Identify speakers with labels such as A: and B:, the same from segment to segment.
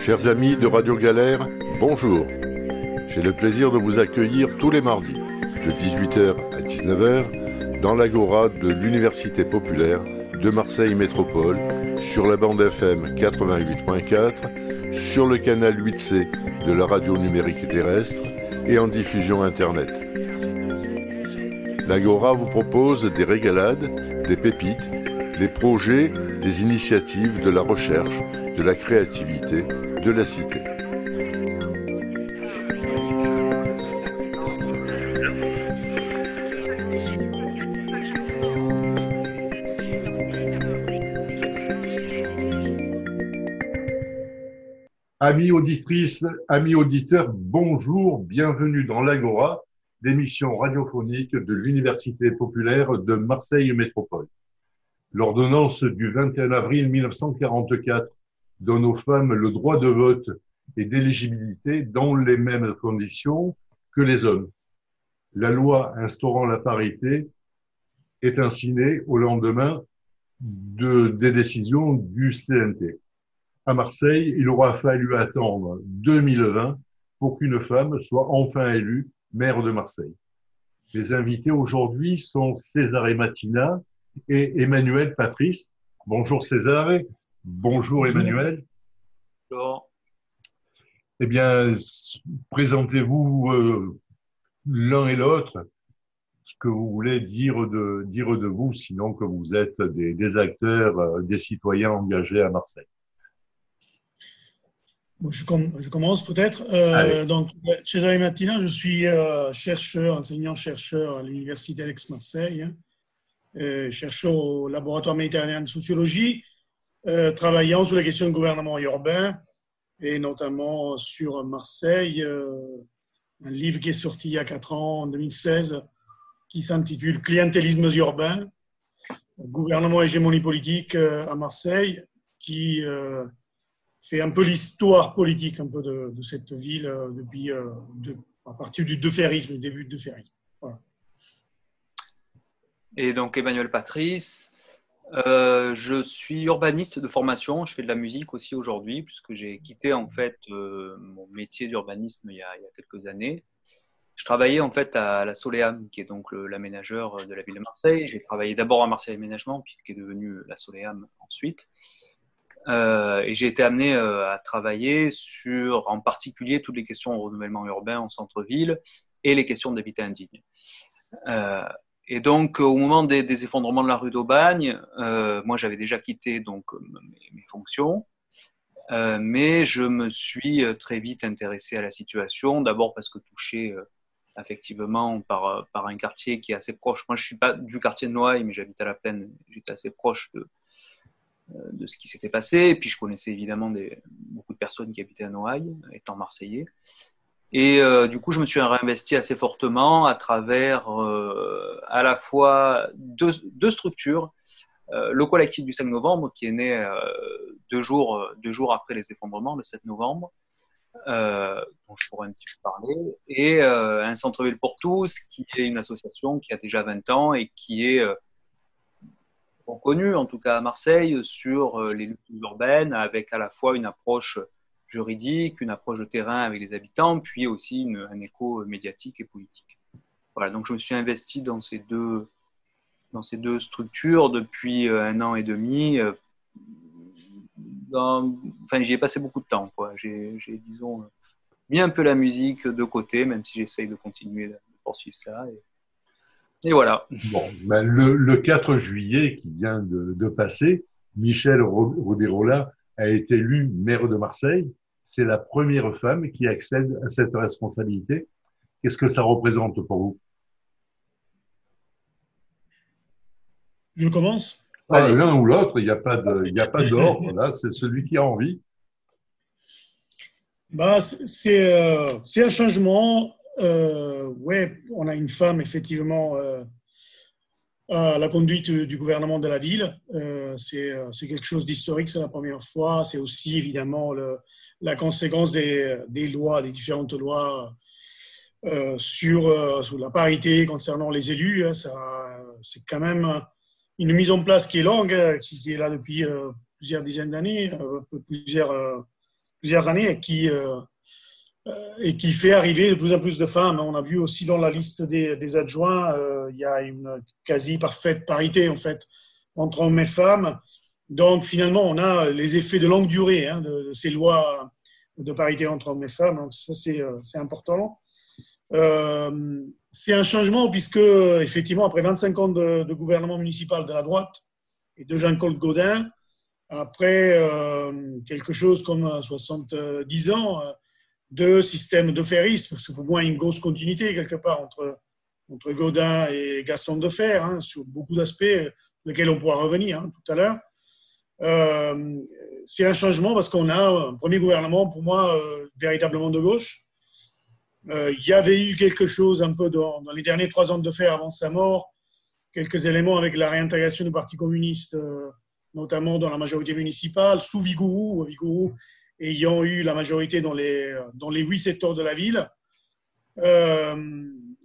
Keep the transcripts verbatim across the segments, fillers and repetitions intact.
A: Chers amis de Radio Galère, bonjour. J'ai le plaisir de vous accueillir tous les mardis, de dix-huit heures à dix-neuf heures, dans l'Agora de l'Université populaire de Marseille Métropole, sur la bande F M quatre-vingt-huit point quatre, sur le canal huit C de la radio numérique terrestre et en diffusion Internet. L'Agora vous propose des régalades, des pépites, des projets, des initiatives, de la recherche, de la créativité, de la cité.
B: Amis auditrices, amis auditeurs, bonjour, bienvenue dans l'Agora, l'émission radiophonique de l'Université populaire de Marseille Métropole. L'ordonnance du vingt et un avril mille neuf cent quarante-quatre donne aux femmes le droit de vote et d'éligibilité dans les mêmes conditions que les hommes. La loi instaurant la parité est ainsi née au lendemain de, des décisions du C N T. À Marseille, il aura fallu attendre deux mille vingt pour qu'une femme soit enfin élue maire de Marseille. Les invités aujourd'hui sont César et Martina et Emmanuel Patrice. Bonjour César, bonjour, bonjour. Emmanuel.
C: Bonjour.
B: Eh bien, présentez-vous euh, l'un et l'autre, ce que vous voulez dire de, dire de vous, sinon que vous êtes des, des acteurs, euh, des citoyens engagés à Marseille.
D: Bon, je, com- je commence peut-être. Euh, donc, César et Martina, je suis euh, chercheur, enseignant-chercheur à l'Université d'Aix-Marseille, hein, euh, chercheur au laboratoire méditerranéen de sociologie, euh, travaillant sur les questions de gouvernement urbain et notamment sur Marseille, euh, un livre qui est sorti il y a quatre ans, en deux mille seize, qui s'intitule « Clientélismes urbains, gouvernement et hégémonie politique euh, à Marseille », qui euh, fait un peu l'histoire politique un peu de, de cette ville euh, depuis, euh, de, à partir du deferrisme, du début du deferrisme. Voilà.
C: Et donc Emmanuel Patrice, euh, je suis urbaniste de formation, je fais de la musique aussi aujourd'hui, puisque j'ai quitté en fait euh, mon métier d'urbanisme il y, a, il y a quelques années. Je travaillais en fait à la Soleam, qui est donc le, l'aménageur de la ville de Marseille. J'ai travaillé d'abord à Marseille Aménagement, puis qui est devenu la Soleam ensuite. Euh, et j'ai été amené euh, à travailler sur, en particulier, toutes les questions de renouvellement urbain en centre-ville et les questions d'habitat indigne. Euh, et donc, au moment des, des effondrements de la rue d'Aubagne, euh, moi, j'avais déjà quitté donc mes, mes fonctions, euh, mais je me suis très vite intéressé à la situation. D'abord parce que touché euh, effectivement par par un quartier qui est assez proche. Moi, je suis pas du quartier de Noailles, mais j'habite à La Plaine. J'étais assez proche de de ce qui s'était passé, et puis je connaissais évidemment des, beaucoup de personnes qui habitaient à Noailles, étant marseillais, et euh, du coup je me suis réinvesti assez fortement à travers euh, à la fois deux, deux structures, euh, le collectif du cinq novembre qui est né euh, deux, jours, deux jours après les effondrements, le sept novembre, euh, dont je pourrais un petit peu parler, et euh, un centre-ville pour tous, qui est une association qui a déjà vingt ans et qui est euh, connu, en tout cas à Marseille, sur les luttes urbaines, avec à la fois une approche juridique, une approche de terrain avec les habitants, puis aussi une, un écho médiatique et politique. Voilà, donc je me suis investi dans ces deux, dans ces deux structures depuis un an et demi. Dans, enfin, j'y ai passé beaucoup de temps, quoi. J'ai, j'ai, disons, mis un peu la musique de côté, même si j'essaye de continuer de poursuivre ça. Et, Et voilà.
B: Bon, ben le, le quatre juillet qui vient de, de passer, Michèle Rodérola a été élue maire de Marseille. C'est la première femme qui accède à cette responsabilité. Qu'est-ce que ça représente pour vous?
D: Je commence.
B: Ah, l'un ou l'autre, il n'y a pas de, il n'y a pas d'ordre. Là, c'est celui qui a envie.
D: Bah, c'est, euh, c'est un changement. Euh, ouais, on a une femme effectivement euh, à la conduite du gouvernement de la ville. Euh, c'est, c'est quelque chose d'historique, c'est la première fois. C'est aussi évidemment le, la conséquence des, des lois, des différentes lois euh, sur, euh, sur la parité concernant les élus. Hein, ça, c'est quand même une mise en place qui est longue, qui, qui est là depuis euh, plusieurs dizaines d'années, euh, plusieurs euh, plusieurs années et qui, euh, et qui fait arriver de plus en plus de femmes. On a vu aussi dans la liste des, des adjoints, euh, il y a une quasi parfaite parité en fait entre hommes et femmes. Donc finalement, on a les effets de longue durée hein, de, de ces lois de parité entre hommes et femmes. Donc ça, c'est, c'est important. Euh, c'est un changement puisque, effectivement, après vingt-cinq ans de, de gouvernement municipal de la droite et de Jean-Claude Gaudin, après euh, quelque chose comme soixante-dix ans de système de ferrisme, parce qu'il faut au moins une grosse continuité quelque part entre, entre Gaudin et Gaston Defferre, hein, sur beaucoup d'aspects sur lesquels on pourra revenir hein, tout à l'heure. Euh, c'est un changement parce qu'on a un premier gouvernement, pour moi, euh, véritablement de gauche. Euh, il y avait eu quelque chose un peu dans, dans les derniers trois ans de Defferre avant sa mort, quelques éléments avec la réintégration du Parti communiste, euh, notamment dans la majorité municipale, sous Vigouroux, Vigouroux ayant eu la majorité dans les, dans les huit secteurs de la ville. Euh,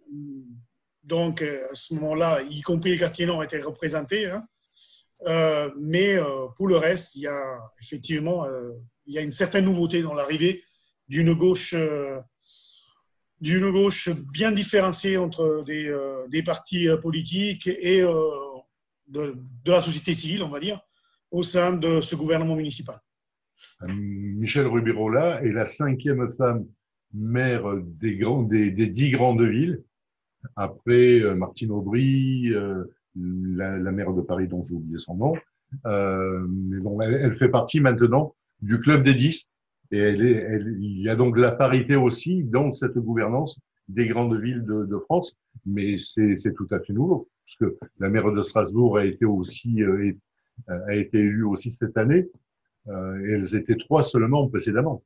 D: donc, à ce moment-là, y compris les quartiers nord étaient représentés. Hein. Euh, mais euh, pour le reste, il y a effectivement euh, il y a une certaine nouveauté dans l'arrivée d'une gauche, euh, d'une gauche bien différenciée entre des, euh, des partis politiques et euh, de, de la société civile, on va dire, au sein de ce gouvernement municipal.
B: Michèle Rubirola est la cinquième femme maire des, grands, des, des dix grandes villes, après euh, Martine Aubry, euh, la, la maire de Paris dont j'ai oublié son nom. Euh, mais bon, elle, elle fait partie maintenant du club des dix et elle est, elle, il y a donc la parité aussi dans cette gouvernance des grandes villes de, de France, mais c'est, c'est tout à fait nouveau, parce que la maire de Strasbourg a été aussi euh, a été élue aussi cette année. Euh, et elles étaient trois seulement précédemment.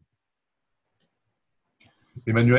B: Emmanuel ?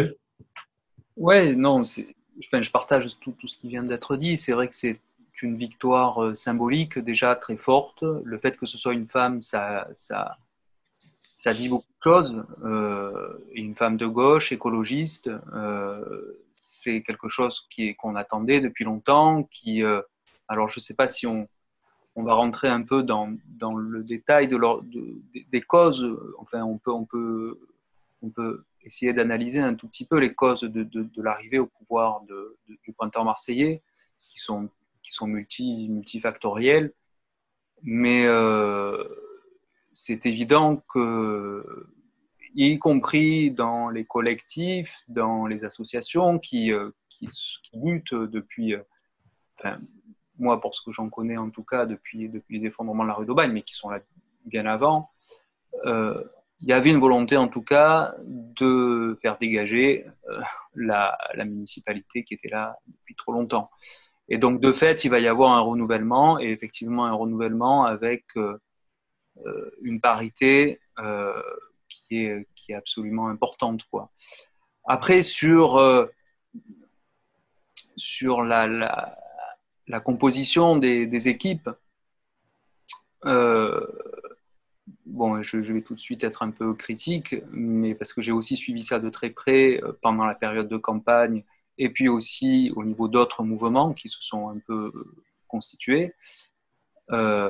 C: Ouais, non, c'est, enfin, je partage tout, tout ce qui vient d'être dit. C'est vrai que c'est une victoire symbolique déjà très forte. Le fait que ce soit une femme, ça, ça, ça dit beaucoup de choses. Euh, une femme de gauche, écologiste, euh, c'est quelque chose qui est, qu'on attendait depuis longtemps. Qui, euh, alors, je ne sais pas si on On va rentrer un peu dans, dans le détail de leur, de, des causes. Enfin, on peut, on peut, on peut essayer d'analyser un tout petit peu les causes de, de, de l'arrivée au pouvoir de, de, du printemps marseillais, qui sont, qui sont multi, multifactorielles. Mais euh, c'est évident que, y compris dans les collectifs, dans les associations qui, qui, qui luttent depuis... Enfin, moi, pour ce que j'en connais en tout cas depuis, depuis les effondrements de la rue d'Aubagne, mais qui sont là bien avant, euh, il y avait une volonté en tout cas de faire dégager euh, la, la municipalité qui était là depuis trop longtemps. Et donc, de fait, il va y avoir un renouvellement, et effectivement un renouvellement avec euh, une parité euh, qui, est, qui est absolument importante, quoi. Après, sur, euh, sur la... la la composition des, des équipes, euh, bon, je, je vais tout de suite être un peu critique, mais parce que j'ai aussi suivi ça de très près pendant la période de campagne et puis aussi au niveau d'autres mouvements qui se sont un peu constitués. Euh,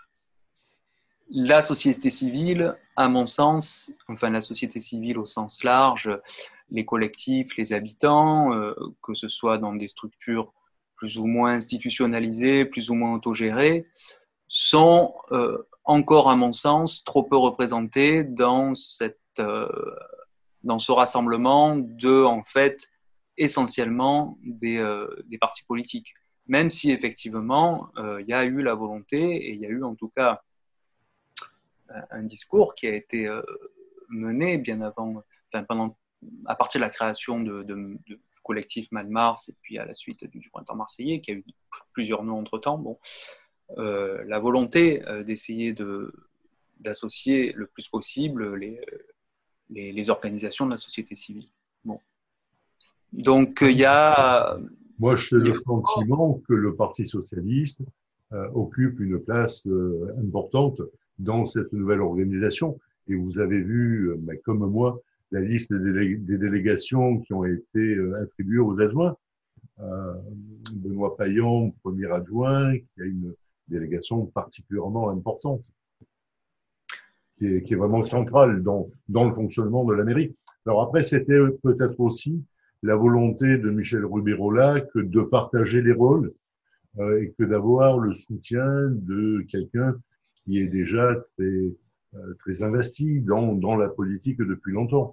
C: la société civile, à mon sens, enfin la société civile au sens large, les collectifs, les habitants, euh, que ce soit dans des structures plus ou moins institutionnalisés, plus ou moins autogérés, sont euh, encore, à mon sens, trop peu représentés dans, cette, euh, dans ce rassemblement de, en fait, essentiellement des, euh, des partis politiques. Même si, effectivement, il euh, y a eu la volonté, et il y a eu en tout cas un discours qui a été euh, mené bien avant, enfin, pendant, à partir de la création de, de, de collectif Mad Mars et puis à la suite du, du printemps marseillais qui a eu plusieurs noms entre temps, bon, euh, la volonté euh, d'essayer de, d'associer le plus possible les, les, les organisations de la société civile. Bon. Donc il y a...
B: Moi j'ai le sentiment que le Parti socialiste euh, occupe une place euh, importante dans cette nouvelle organisation et vous avez vu, bah, comme moi, la liste des, délé- des délégations qui ont été euh, attribuées aux adjoints. Euh, Benoît Payan, premier adjoint, qui a une délégation particulièrement importante. qui est, qui est vraiment central dans, dans le fonctionnement de la mairie. Alors après, c'était peut-être aussi la volonté de Michel Rubirola que de partager les rôles euh, et que d'avoir le soutien de quelqu'un qui est déjà très, euh, très investi dans, dans la politique depuis longtemps.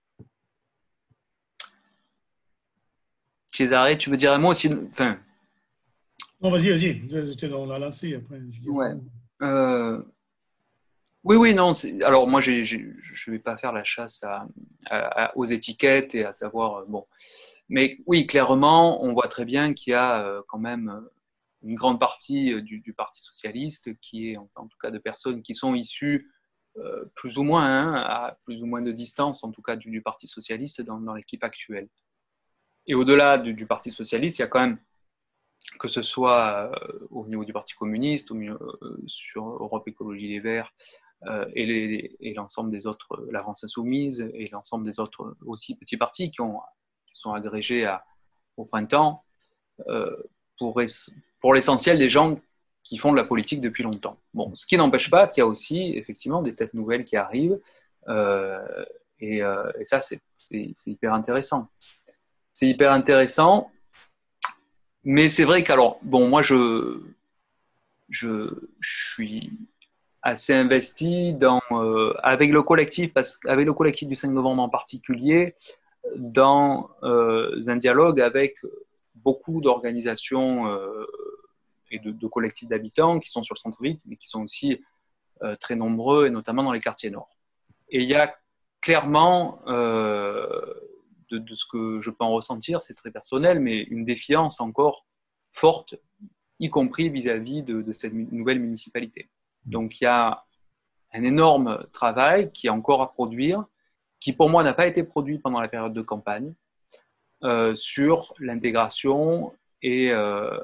C: César, tu veux dire un mot aussi? Enfin,
D: non, vas-y, vas-y. On l'a lancé après. Je
C: ouais. Euh, oui, oui, non. Alors moi, j'ai, j'ai, je ne vais pas faire la chasse à, à, aux étiquettes et à savoir bon. Mais oui, clairement, on voit très bien qu'il y a euh, quand même une grande partie du, du Parti socialiste qui est, en, en tout cas, de personnes qui sont issues euh, plus ou moins, hein, à plus ou moins de distance, en tout cas, du, du Parti socialiste dans, dans l'équipe actuelle. Et au-delà du, du Parti socialiste, il y a quand même, que ce soit euh, au niveau du Parti communiste, au milieu, euh, sur Europe Écologie Les Verts, euh, et, les, et l'ensemble des autres, la France Insoumise, et l'ensemble des autres aussi petits partis qui, ont, qui sont agrégés à, au printemps, euh, pour, pour l'essentiel des gens qui font de la politique depuis longtemps. Bon, ce qui n'empêche pas qu'il y a aussi effectivement des têtes nouvelles qui arrivent, euh, et, euh, et ça, c'est, c'est, c'est hyper intéressant. C'est hyper intéressant, mais c'est vrai qu'alors, bon, moi, je, je, je suis assez investi dans, euh, avec le collectif, parce qu'avec le collectif du cinq novembre en particulier, dans euh, un dialogue avec beaucoup d'organisations euh, et de, de collectifs d'habitants qui sont sur le centre-ville, mais qui sont aussi euh, très nombreux, et notamment dans les quartiers nord. Et il y a clairement... Euh, De, de ce que je peux en ressentir, c'est très personnel, mais une défiance encore forte, y compris vis-à-vis de, de cette nouvelle municipalité. Donc il y a un énorme travail qui est encore à produire, qui pour moi n'a pas été produit pendant la période de campagne, euh, sur l'intégration et, euh,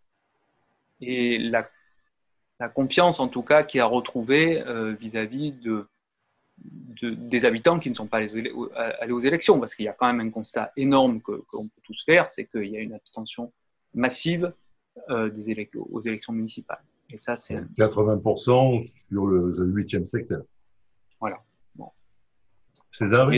C: et la, la confiance en tout cas qui est à retrouver euh, vis-à-vis de De, des habitants qui ne sont pas allés, allés aux élections, parce qu'il y a quand même un constat énorme que, que l'on peut tous faire, c'est qu'il y a une abstention massive euh, des élec- aux élections municipales. Et ça, c'est
B: quatre-vingts pour cent sur le, le huitième secteur.
C: Voilà. Bon.
B: César?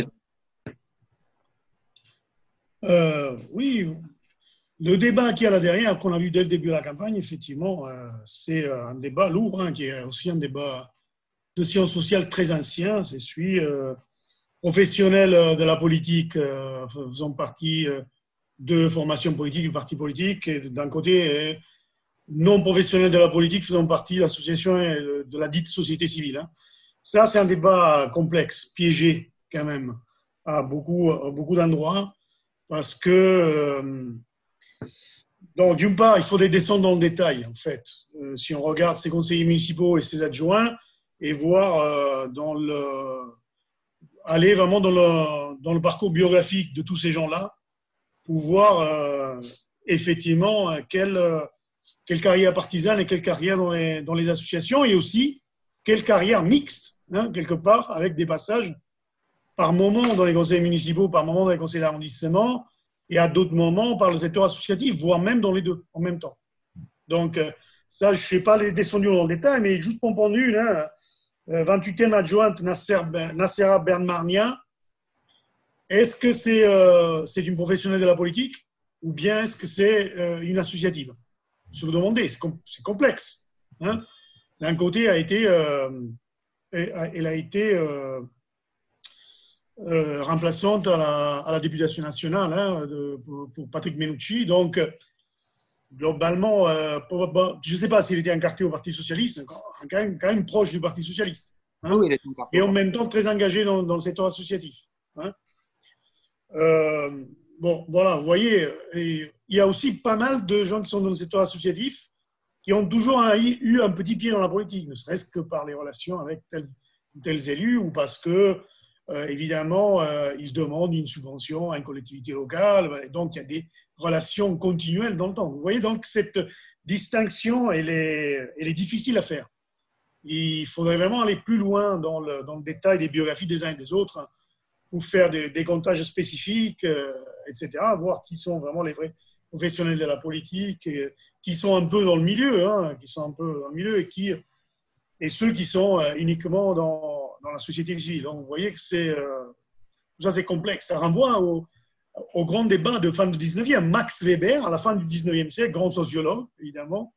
D: euh, Oui, le débat qu'il y a là derrière, qu'on a vu dès le début de la campagne, effectivement, euh, c'est un débat lourd, hein, qui est aussi un débat de sciences sociales très ancien. C'est celui euh, professionnel de la politique, euh, faisant partie euh, de formations politiques, de partis politiques, et d'un côté, euh, non professionnel de la politique, faisant partie de l'association de, de la dite société civile. Hein. Ça, c'est un débat complexe, piégé quand même, à beaucoup, à beaucoup d'endroits, parce que, euh, donc, d'une part, il faudrait descendre dans le détail, en fait. Euh, si on regarde ces conseillers municipaux et ces adjoints, et voir euh, dans le, aller vraiment dans le, dans le parcours biographique de tous ces gens-là pour voir euh, effectivement quelle, quelle carrière partisane et quelle carrière dans les, dans les associations, et aussi quelle carrière mixte, hein, quelque part, avec des passages par moment dans les conseils municipaux, par moment dans les conseils d'arrondissement, et à d'autres moments par le secteur associatif, voire même dans les deux en même temps. Donc ça, je ne sais pas les descendu dans le détail, mais juste pour prendre une, hein, vingt-huitième adjointe Nassera Bernmarnia, est-ce que c'est euh, c'est une professionnelle de la politique ou bien est-ce que c'est euh, une associative? Se vous demandez, c'est, com- c'est complexe. Hein. D'un côté, elle a été, euh, elle a été euh, euh, remplaçante à la, à la députation nationale, hein, de, pour, pour Patrick Menucci. Donc, globalement, euh, pour, bon, je ne sais pas s'il était encarté au Parti socialiste, quand même, quand même proche du Parti socialiste. Hein, oui, il est et en même temps très engagé dans, dans le secteur associatif. Hein. Euh, bon, voilà, vous voyez, et il y a aussi pas mal de gens qui sont dans le secteur associatif qui ont toujours un, eu un petit pied dans la politique, ne serait-ce que par les relations avec tels, tels élus ou parce que, euh, évidemment, euh, ils demandent une subvention à une collectivité locale, et donc il y a des relations continuelles dans le temps. Vous voyez, donc cette distinction, elle est, elle est difficile à faire. Il faudrait vraiment aller plus loin dans le, dans le détail des biographies des uns et des autres pour faire des, des comptages spécifiques, euh, et cetera, voir qui sont vraiment les vrais professionnels de la politique, et, qui sont un peu dans le milieu, hein, qui sont un peu dans le milieu, et, qui, et ceux qui sont euh, uniquement dans, dans la société civile. Donc, vous voyez que c'est, euh, ça, c'est complexe. Ça renvoie au, au grand débat de fin du dix-neuvième. Max Weber, à la fin du dix-neuvième siècle, grand sociologue, évidemment,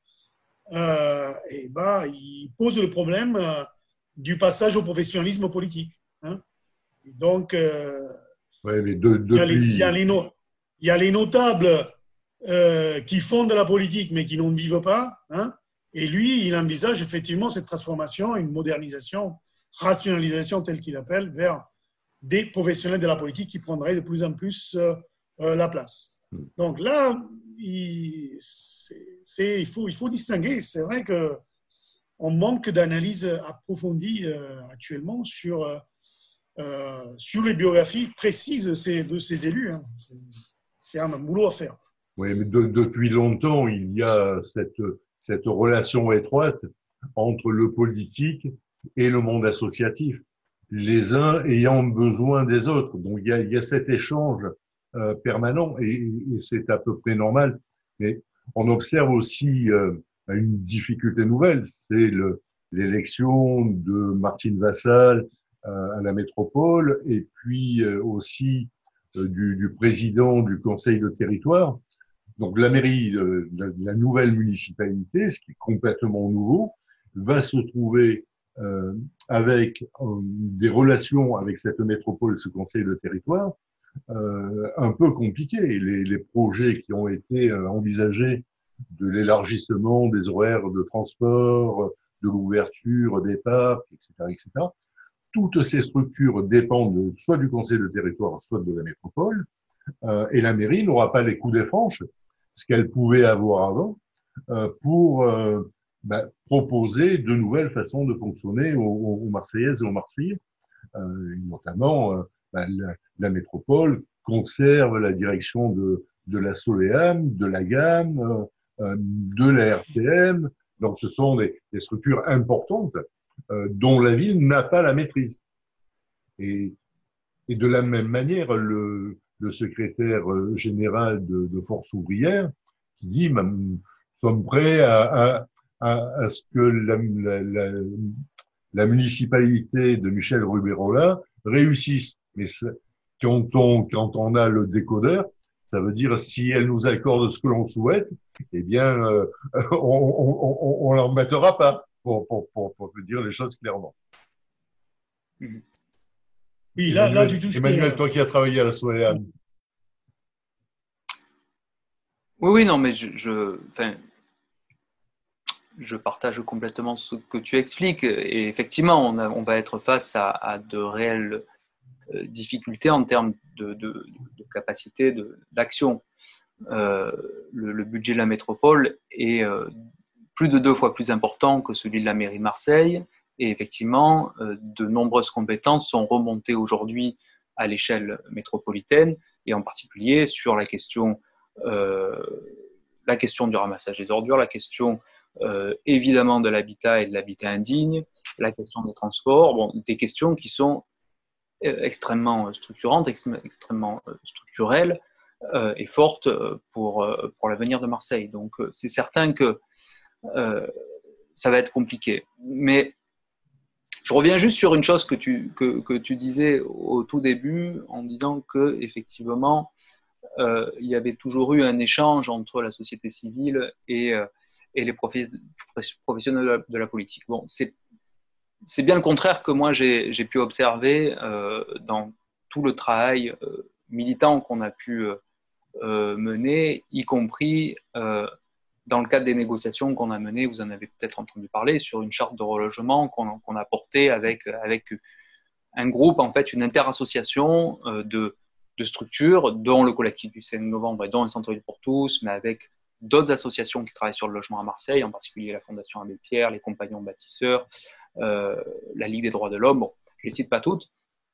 D: euh, et bah, il pose le problème euh, du passage au professionnalisme politique. Hein. Et donc, euh,
B: ouais, mais de, depuis...
D: il, y a les, il, y a les no, il y a les notables euh, qui font de la politique, mais qui n'en vivent pas, hein. Et lui, il envisage effectivement cette transformation, une modernisation, rationalisation telle qu'il appelle, vers des professionnels de la politique qui prendraient de plus en plus euh, euh, la place. Donc là, il, c'est, il, faut, il faut distinguer. C'est vrai qu'on manque d'analyse approfondie euh, actuellement sur, euh, sur les biographies précises de ces, de ces élus. Hein. C'est, c'est un boulot à faire.
B: Oui, mais de, depuis longtemps, il y a cette... cette relation étroite entre le politique et le monde associatif, les uns ayant besoin des autres. Donc, il y a, il y a cet échange euh, permanent et, et c'est à peu près normal. Mais on observe aussi euh, une difficulté nouvelle, c'est le, l'élection de Martine Vassal euh, à la métropole et puis euh, aussi euh, du, du président du conseil de territoire. Donc la mairie, euh, la, la nouvelle municipalité, ce qui est complètement nouveau, va se trouver euh, avec euh, des relations avec cette métropole, ce conseil de territoire, euh, un peu compliquées. Les, les projets qui ont été euh, envisagés de l'élargissement des horaires de transport, de l'ouverture des parcs, et cetera, et cetera. Toutes ces structures dépendent soit du conseil de territoire, soit de la métropole, euh, et la mairie n'aura pas les coups des franches, ce qu'elle pouvait avoir avant, euh, pour euh, bah, proposer de nouvelles façons de fonctionner aux, aux Marseillaises et aux Marseillais. Euh, notamment, euh, bah, la, la métropole conserve la direction de, de la Soleam, de la GAM, euh, de la R T M. Donc, ce sont des, des structures importantes euh, dont la ville n'a pas la maîtrise. Et, et de la même manière, le le secrétaire général de, de Force ouvrière, qui dit « Nous sommes prêts à, à, à, à ce que la, la, la, la municipalité de Michel Ruberola réussisse. » Mais quand on, quand on a le décodeur, ça veut dire si elle nous accorde ce que l'on souhaite, eh bien, euh, on on, on leur mettra pas, pour, pour, pour, pour dire les choses clairement.
D: Oui, là,
B: Emmanuel,
D: là, tu touches.
B: Emmanuel, toi qui as travaillé à la Soleam.
C: Oui, oui, non, mais je, je, enfin, je partage complètement ce que tu expliques. Et effectivement, on, a, on va être face à, à de réelles euh, difficultés en termes de, de, de capacité de, d'action. Euh, le, le budget de la métropole est euh, plus de deux fois plus important que celui de la mairie de Marseille. Et effectivement, euh, de nombreuses compétences sont remontées aujourd'hui à l'échelle métropolitaine, et en particulier sur la question, euh, la question du ramassage des ordures, la question euh, évidemment de l'habitat et de l'habitat indigne, la question des transports, bon, des questions qui sont extrêmement structurantes, extrêmement structurelles euh, et fortes pour, pour l'avenir de Marseille. Donc c'est certain que euh, ça va être compliqué. Mais je reviens juste sur une chose que tu, que, que tu disais au tout début, en disant qu'effectivement, euh, il y avait toujours eu un échange entre la société civile et, euh, et les professionnels de la politique. Bon, c'est, c'est bien le contraire que moi j'ai, j'ai pu observer euh, dans tout le travail euh, militant qu'on a pu euh, mener, y compris euh, dans le cadre des négociations qu'on a menées, vous en avez peut-être entendu parler, sur une charte de relogement qu'on, qu'on a portée avec, avec un groupe, en fait, une interassociation de, de structures, dont le collectif du cinq novembre et dont un centre-ville pour tous, mais avec d'autres associations qui travaillent sur le logement à Marseille, en particulier la Fondation Abbé Pierre, les Compagnons Bâtisseurs, euh, la Ligue des droits de l'homme, bon, je ne les cite pas toutes.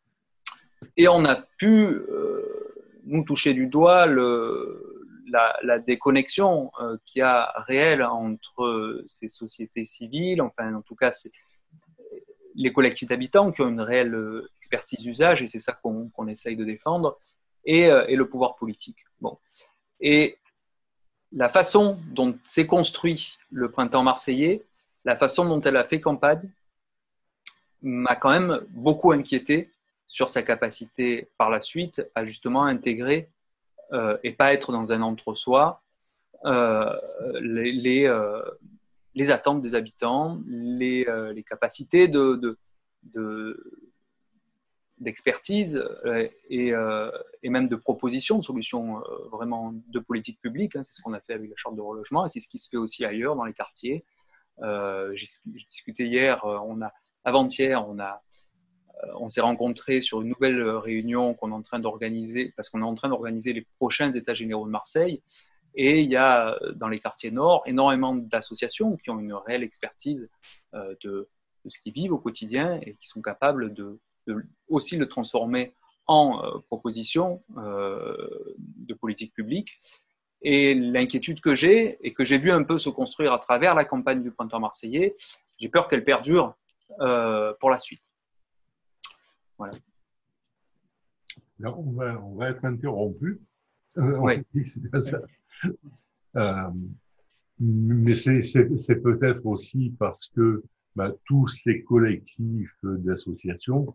C: Et on a pu euh, nous toucher du doigt le... La, la déconnexion euh, qu'il y a réelle entre ces sociétés civiles, enfin en tout cas c'est les collectifs d'habitants qui ont une réelle euh, expertise d'usage, et c'est ça qu'on, qu'on essaye de défendre, et, euh, et le pouvoir politique. Bon. Et la façon dont s'est construit le printemps marseillais, la façon dont elle a fait campagne, m'a quand même beaucoup inquiété sur sa capacité par la suite à justement intégrer euh, et pas être dans un entre-soi euh, les, les, euh, les attentes des habitants, les, euh, les capacités de, de, de, d'expertise et, euh, et même de propositions de solutions euh, vraiment de politique publique. Hein. C'est ce qu'on a fait avec la charte de relogement et c'est ce qui se fait aussi ailleurs dans les quartiers. Euh, j'ai, j'ai discuté hier, on a, avant-hier, on, a, on s'est rencontrés sur une nouvelle réunion qu'on est en train d'organiser, parce qu'on est en train d'organiser les prochains États généraux de Marseille. Et il y a dans les quartiers nord énormément d'associations qui ont une réelle expertise euh, de, de ce qu'ils vivent au quotidien et qui sont capables de, de aussi le transformer en euh, proposition euh, de politique publique. Et l'inquiétude que j'ai, et que j'ai vu un peu se construire à travers la campagne du printemps marseillais, j'ai peur qu'elle perdure euh, pour la suite. Voilà.
B: Là, on, va, on va être interrompu. Euh,
C: oui.
B: C'est bien ça. Euh, mais c'est, c'est, c'est peut-être aussi parce que bah, tous ces collectifs d'associations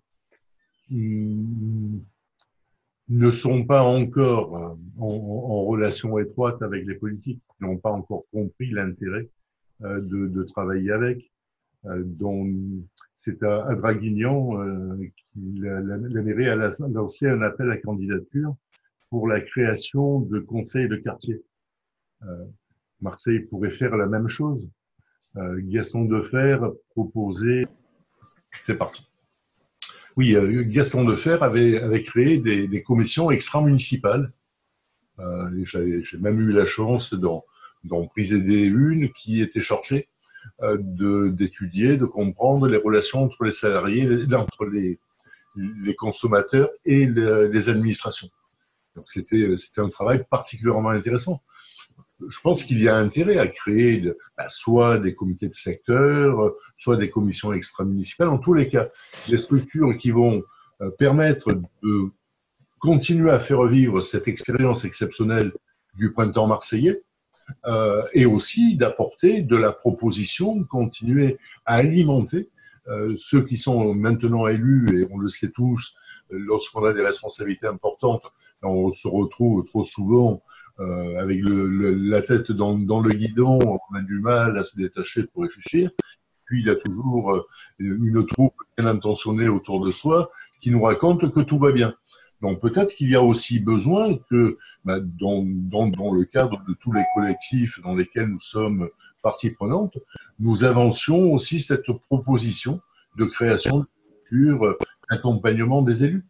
B: hum, ne sont pas encore en, en relation étroite avec les politiques, n'ont pas encore compris l'intérêt euh, de, de travailler avec. Euh, dont c'est à, à Draguignan euh, qui la, la, la mairie a lancé un appel à candidature pour la création de conseils de quartier. Euh, Marseille pourrait faire la même chose. Euh, Gaston Defferre proposait, c'est parti. Oui, euh, Gaston Defferre avait, avait créé des, des commissions extra-municipales. Euh, j'ai, j'ai même eu la chance d'en, d'en présider une qui était chargée euh, de, d'étudier, de comprendre les relations entre les salariés, entre les, les consommateurs et le, les administrations. Donc c'était, c'était un travail particulièrement intéressant. Je pense qu'il y a intérêt à créer de, bah, soit des comités de secteur, soit des commissions extra-municipales. En tous les cas, des structures qui vont euh, permettre de continuer à faire vivre cette expérience exceptionnelle du printemps marseillais euh, et aussi d'apporter de la proposition, continuer à alimenter euh, ceux qui sont maintenant élus, et on le sait tous, lorsqu'on a des responsabilités importantes, on se retrouve trop souvent Euh, avec le, le, la tête dans, dans le guidon, on a du mal à se détacher pour réfléchir. Puis il y a toujours euh, une troupe bien intentionnée autour de soi qui nous raconte que tout va bien. Donc peut-être qu'il y a aussi besoin que, bah, dans, dans, dans le cadre de tous les collectifs dans lesquels nous sommes partie prenante, nous avancions aussi cette proposition de création de structures d'accompagnement des élus.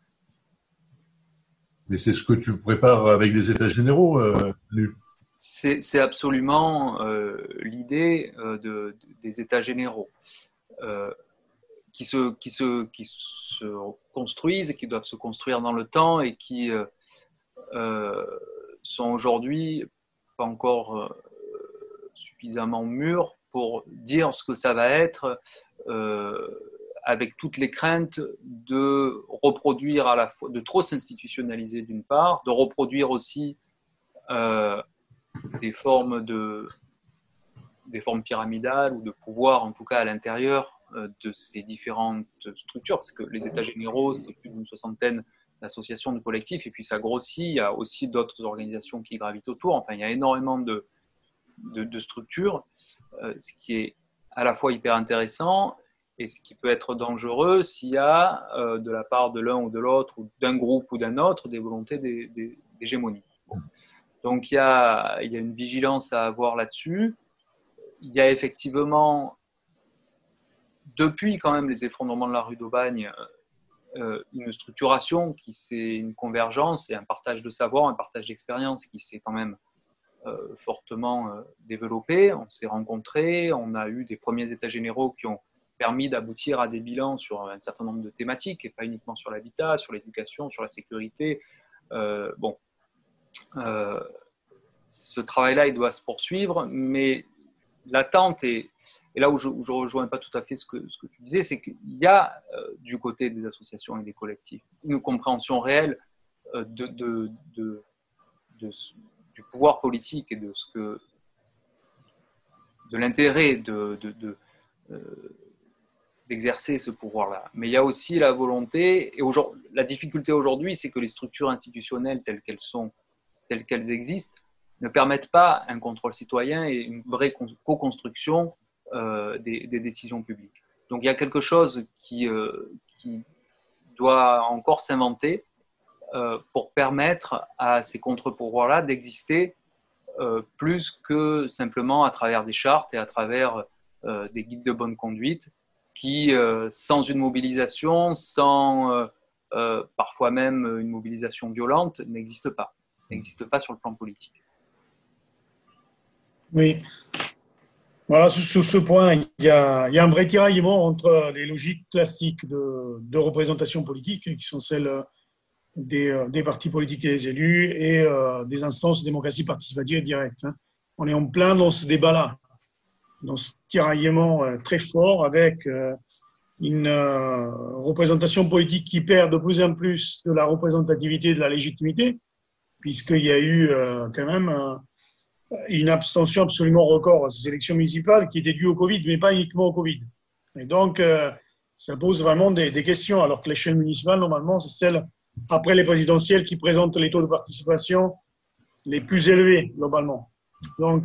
B: Mais c'est ce que tu prépares avec les États généraux, euh,
C: c'est, c'est absolument euh, l'idée euh, de, de, des États généraux euh, qui, se, qui, se, qui se construisent et qui doivent se construire dans le temps et qui euh, euh, sont aujourd'hui pas encore euh, suffisamment mûrs pour dire ce que ça va être euh, avec toutes les craintes de reproduire à la fois, de trop s'institutionnaliser d'une part, de reproduire aussi euh, des formes de, des formes pyramidales ou de pouvoir, en tout cas à l'intérieur euh, de ces différentes structures, parce que les États généraux, c'est plus d'une soixantaine d'associations, de collectifs, et puis ça grossit, il y a aussi d'autres organisations qui gravitent autour, enfin il y a énormément de, de, de structures, euh, ce qui est à la fois hyper intéressant, et ce qui peut être dangereux s'il y a, euh, de la part de l'un ou de l'autre, ou d'un groupe ou d'un autre, des volontés des, des, d'hégémonie. Bon. Donc il y, a, il y a une vigilance à avoir là-dessus. Il y a effectivement, depuis quand même les effondrements de la rue d'Aubagne, euh, une structuration, qui c'est une convergence et un partage de savoir, un partage d'expérience qui s'est quand même euh, fortement euh, développé. On s'est rencontrés, on a eu des premiers états généraux qui ont permis d'aboutir à des bilans sur un certain nombre de thématiques, et pas uniquement sur l'habitat, sur l'éducation, sur la sécurité. Euh, bon, euh, ce travail-là, il doit se poursuivre, mais l'attente, et, et là où je ne rejoins pas tout à fait ce que, ce que tu disais, c'est qu'il y a euh, du côté des associations et des collectifs une compréhension réelle euh, de, de, de, de, du pouvoir politique et de, ce que, de l'intérêt de, de, de, euh, d'exercer ce pouvoir-là. Mais il y a aussi la volonté, et la difficulté aujourd'hui, c'est que les structures institutionnelles telles qu'elles sont, telles qu'elles existent, ne permettent pas un contrôle citoyen et une vraie co-construction euh, des, des décisions publiques. Donc il y a quelque chose qui, euh, qui doit encore s'inventer euh, pour permettre à ces contre-pouvoirs-là d'exister euh, plus que simplement à travers des chartes et à travers euh, des guides de bonne conduite qui, euh, sans une mobilisation, sans euh, euh, parfois même une mobilisation violente, n'existent pas, n'existent pas sur le plan politique.
D: Oui. Voilà, sur ce point, il y a, il y a un vrai tiraillement entre les logiques classiques de, de représentation politique, qui sont celles des, des partis politiques et des élus, et euh, des instances de démocratie participative directe. On est en plein dans ce débat-là, dans ce tiraillement très fort avec une représentation politique qui perd de plus en plus de la représentativité et de la légitimité, puisqu'il y a eu quand même une abstention absolument record à ces élections municipales qui était due au Covid, mais pas uniquement au Covid. Et donc, ça pose vraiment des, des questions, alors que l'échelle municipale, normalement, c'est celle, après les présidentielles, qui présente les taux de participation les plus élevés, globalement. Donc,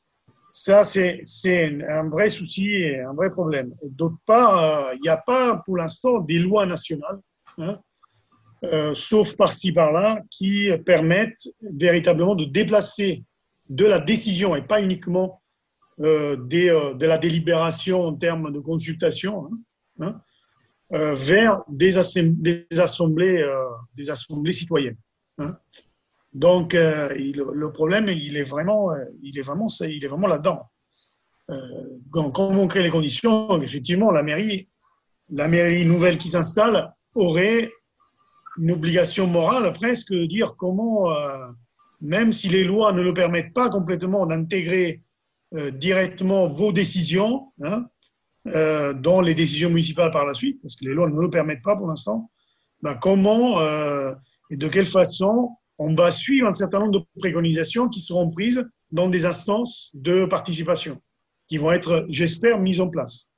D: ça, c'est un vrai souci et un vrai problème. D'autre part, il n'y a pas, pour l'instant, des lois nationales, hein, euh, sauf par-ci, par-là, qui permettent véritablement de déplacer de la décision et pas uniquement euh, des, euh, de la délibération en termes de consultation, hein, hein, euh, vers des, des, assemblées, euh, des assemblées citoyennes. Hein. Donc, euh, il, le problème, il est vraiment, il est vraiment, il est vraiment là-dedans. Euh, quand, quand on crée les conditions, effectivement, la mairie, la mairie nouvelle qui s'installe aurait une obligation morale presque de dire comment, euh, même si les lois ne le permettent pas complètement d'intégrer euh, directement vos décisions, hein, euh, dans les décisions municipales par la suite, parce que les lois ne le permettent pas pour l'instant, ben comment euh, et de quelle façon on va suivre un certain nombre de préconisations qui seront prises dans des instances de participation, qui vont être, j'espère, mises en place.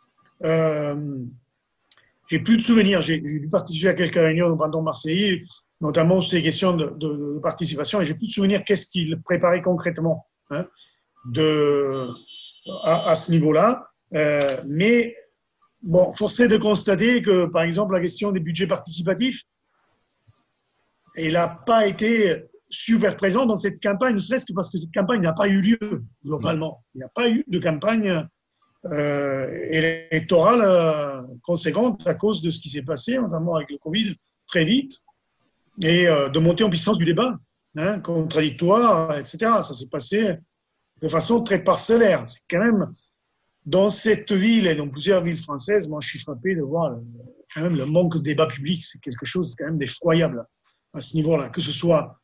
D: Euh, j'ai plus de souvenirs, j'ai dû participer à quelques réunions au canton marseillais, notamment sur ces questions de, de, de participation, et j'ai plus de souvenirs qu'est-ce qu'ils préparaient concrètement, hein, de, à, à ce niveau-là. Euh, mais bon, force est de constater que, par exemple, la question des budgets participatifs, elle n'a pas été super présente dans cette campagne, ne serait-ce que parce que cette campagne n'a pas eu lieu globalement. Il n'y a pas eu de campagne euh, électorale euh, conséquente à cause de ce qui s'est passé, notamment avec le Covid, très vite, et euh, de montée en puissance du débat, hein, contradictoire, et cetera. Ça s'est passé de façon très parcellaire. C'est quand même, dans cette ville et dans plusieurs villes françaises, moi je suis frappé de voir le, quand même le manque de débat public. C'est quelque chose quand même d'effroyable à ce niveau-là, que ce soit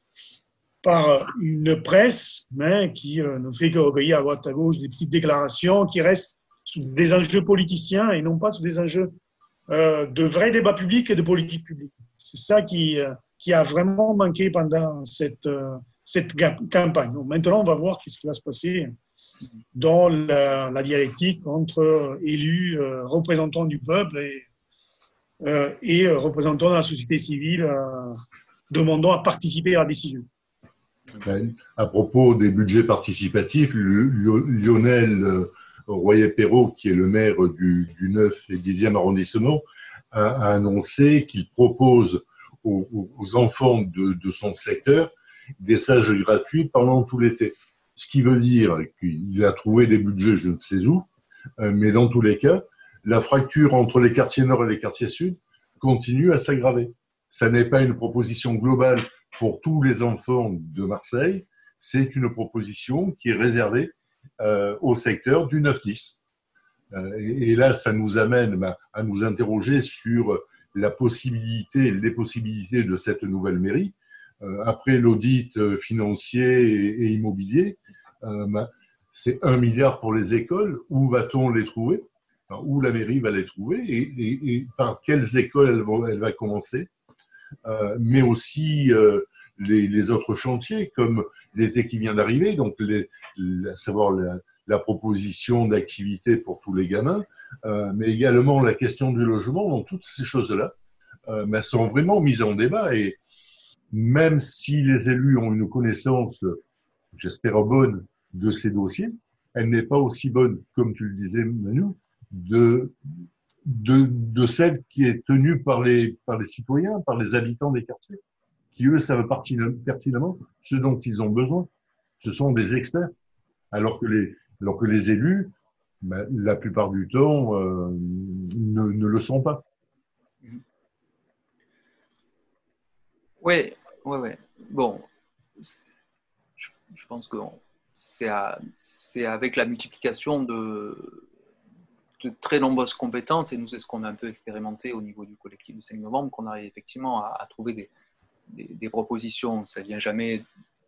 D: par une presse, hein, qui euh, ne fait que recueillir à droite à gauche des petites déclarations qui restent sur des enjeux politiciens et non pas sur des enjeux euh, de vrais débats publics et de politique publique. C'est ça qui, euh, qui a vraiment manqué pendant cette, euh, cette campagne. Donc maintenant, on va voir ce qui va se passer dans la, la dialectique entre élus, euh, représentants du peuple et, euh, et représentants de la société civile euh, demandant à participer à la décision.
A: À propos des budgets participatifs, Lionel Royer-Perrault, qui est le maire du, du neuf et dixième arrondissement, a, a annoncé qu'il propose aux, aux enfants de, de son secteur des stages gratuits pendant tout l'été. Ce qui veut dire qu'il a trouvé des budgets je ne sais où, mais dans tous les cas, la fracture entre les quartiers nord et les quartiers sud continue à s'aggraver. Ça n'est pas une proposition globale pour tous les enfants de Marseille, c'est une proposition qui est réservée euh, au secteur du neuf dix. Euh, et, et là, ça nous amène bah, à nous interroger sur la possibilité, les possibilités de cette nouvelle mairie. Euh, après l'audit financier et, et immobilier, euh, bah, c'est un milliard pour les écoles. Où va-t-on les trouver? Enfin, où la mairie va les trouver et, et, et par quelles écoles elle va, elle va commencer? Euh, mais aussi euh, les, les autres chantiers comme l'été qui vient d'arriver, donc les, à savoir la, la proposition d'activité pour tous les gamins,
B: euh, mais également la question du logement, donc toutes ces choses-là, euh, mais elles sont vraiment mises en débat. Et même si les élus ont une connaissance, j'espère bonne, de ces dossiers, elle n'est pas aussi bonne, comme tu le disais, Manu, de, de, de celle qui est tenue par les, par les citoyens, par les habitants des quartiers, qui eux savent pertinemment ce dont ils ont besoin. Ce sont des experts, alors que les, alors que les élus, ben, la plupart du temps, euh, ne, ne le sont pas.
C: Oui, oui, oui. Bon, je, je pense que c'est, à, c'est avec la multiplication de, de très nombreuses compétences, et nous, c'est ce qu'on a un peu expérimenté au niveau du collectif du cinq novembre, qu'on arrive effectivement à, à trouver des, des, des propositions. Ça ne vient jamais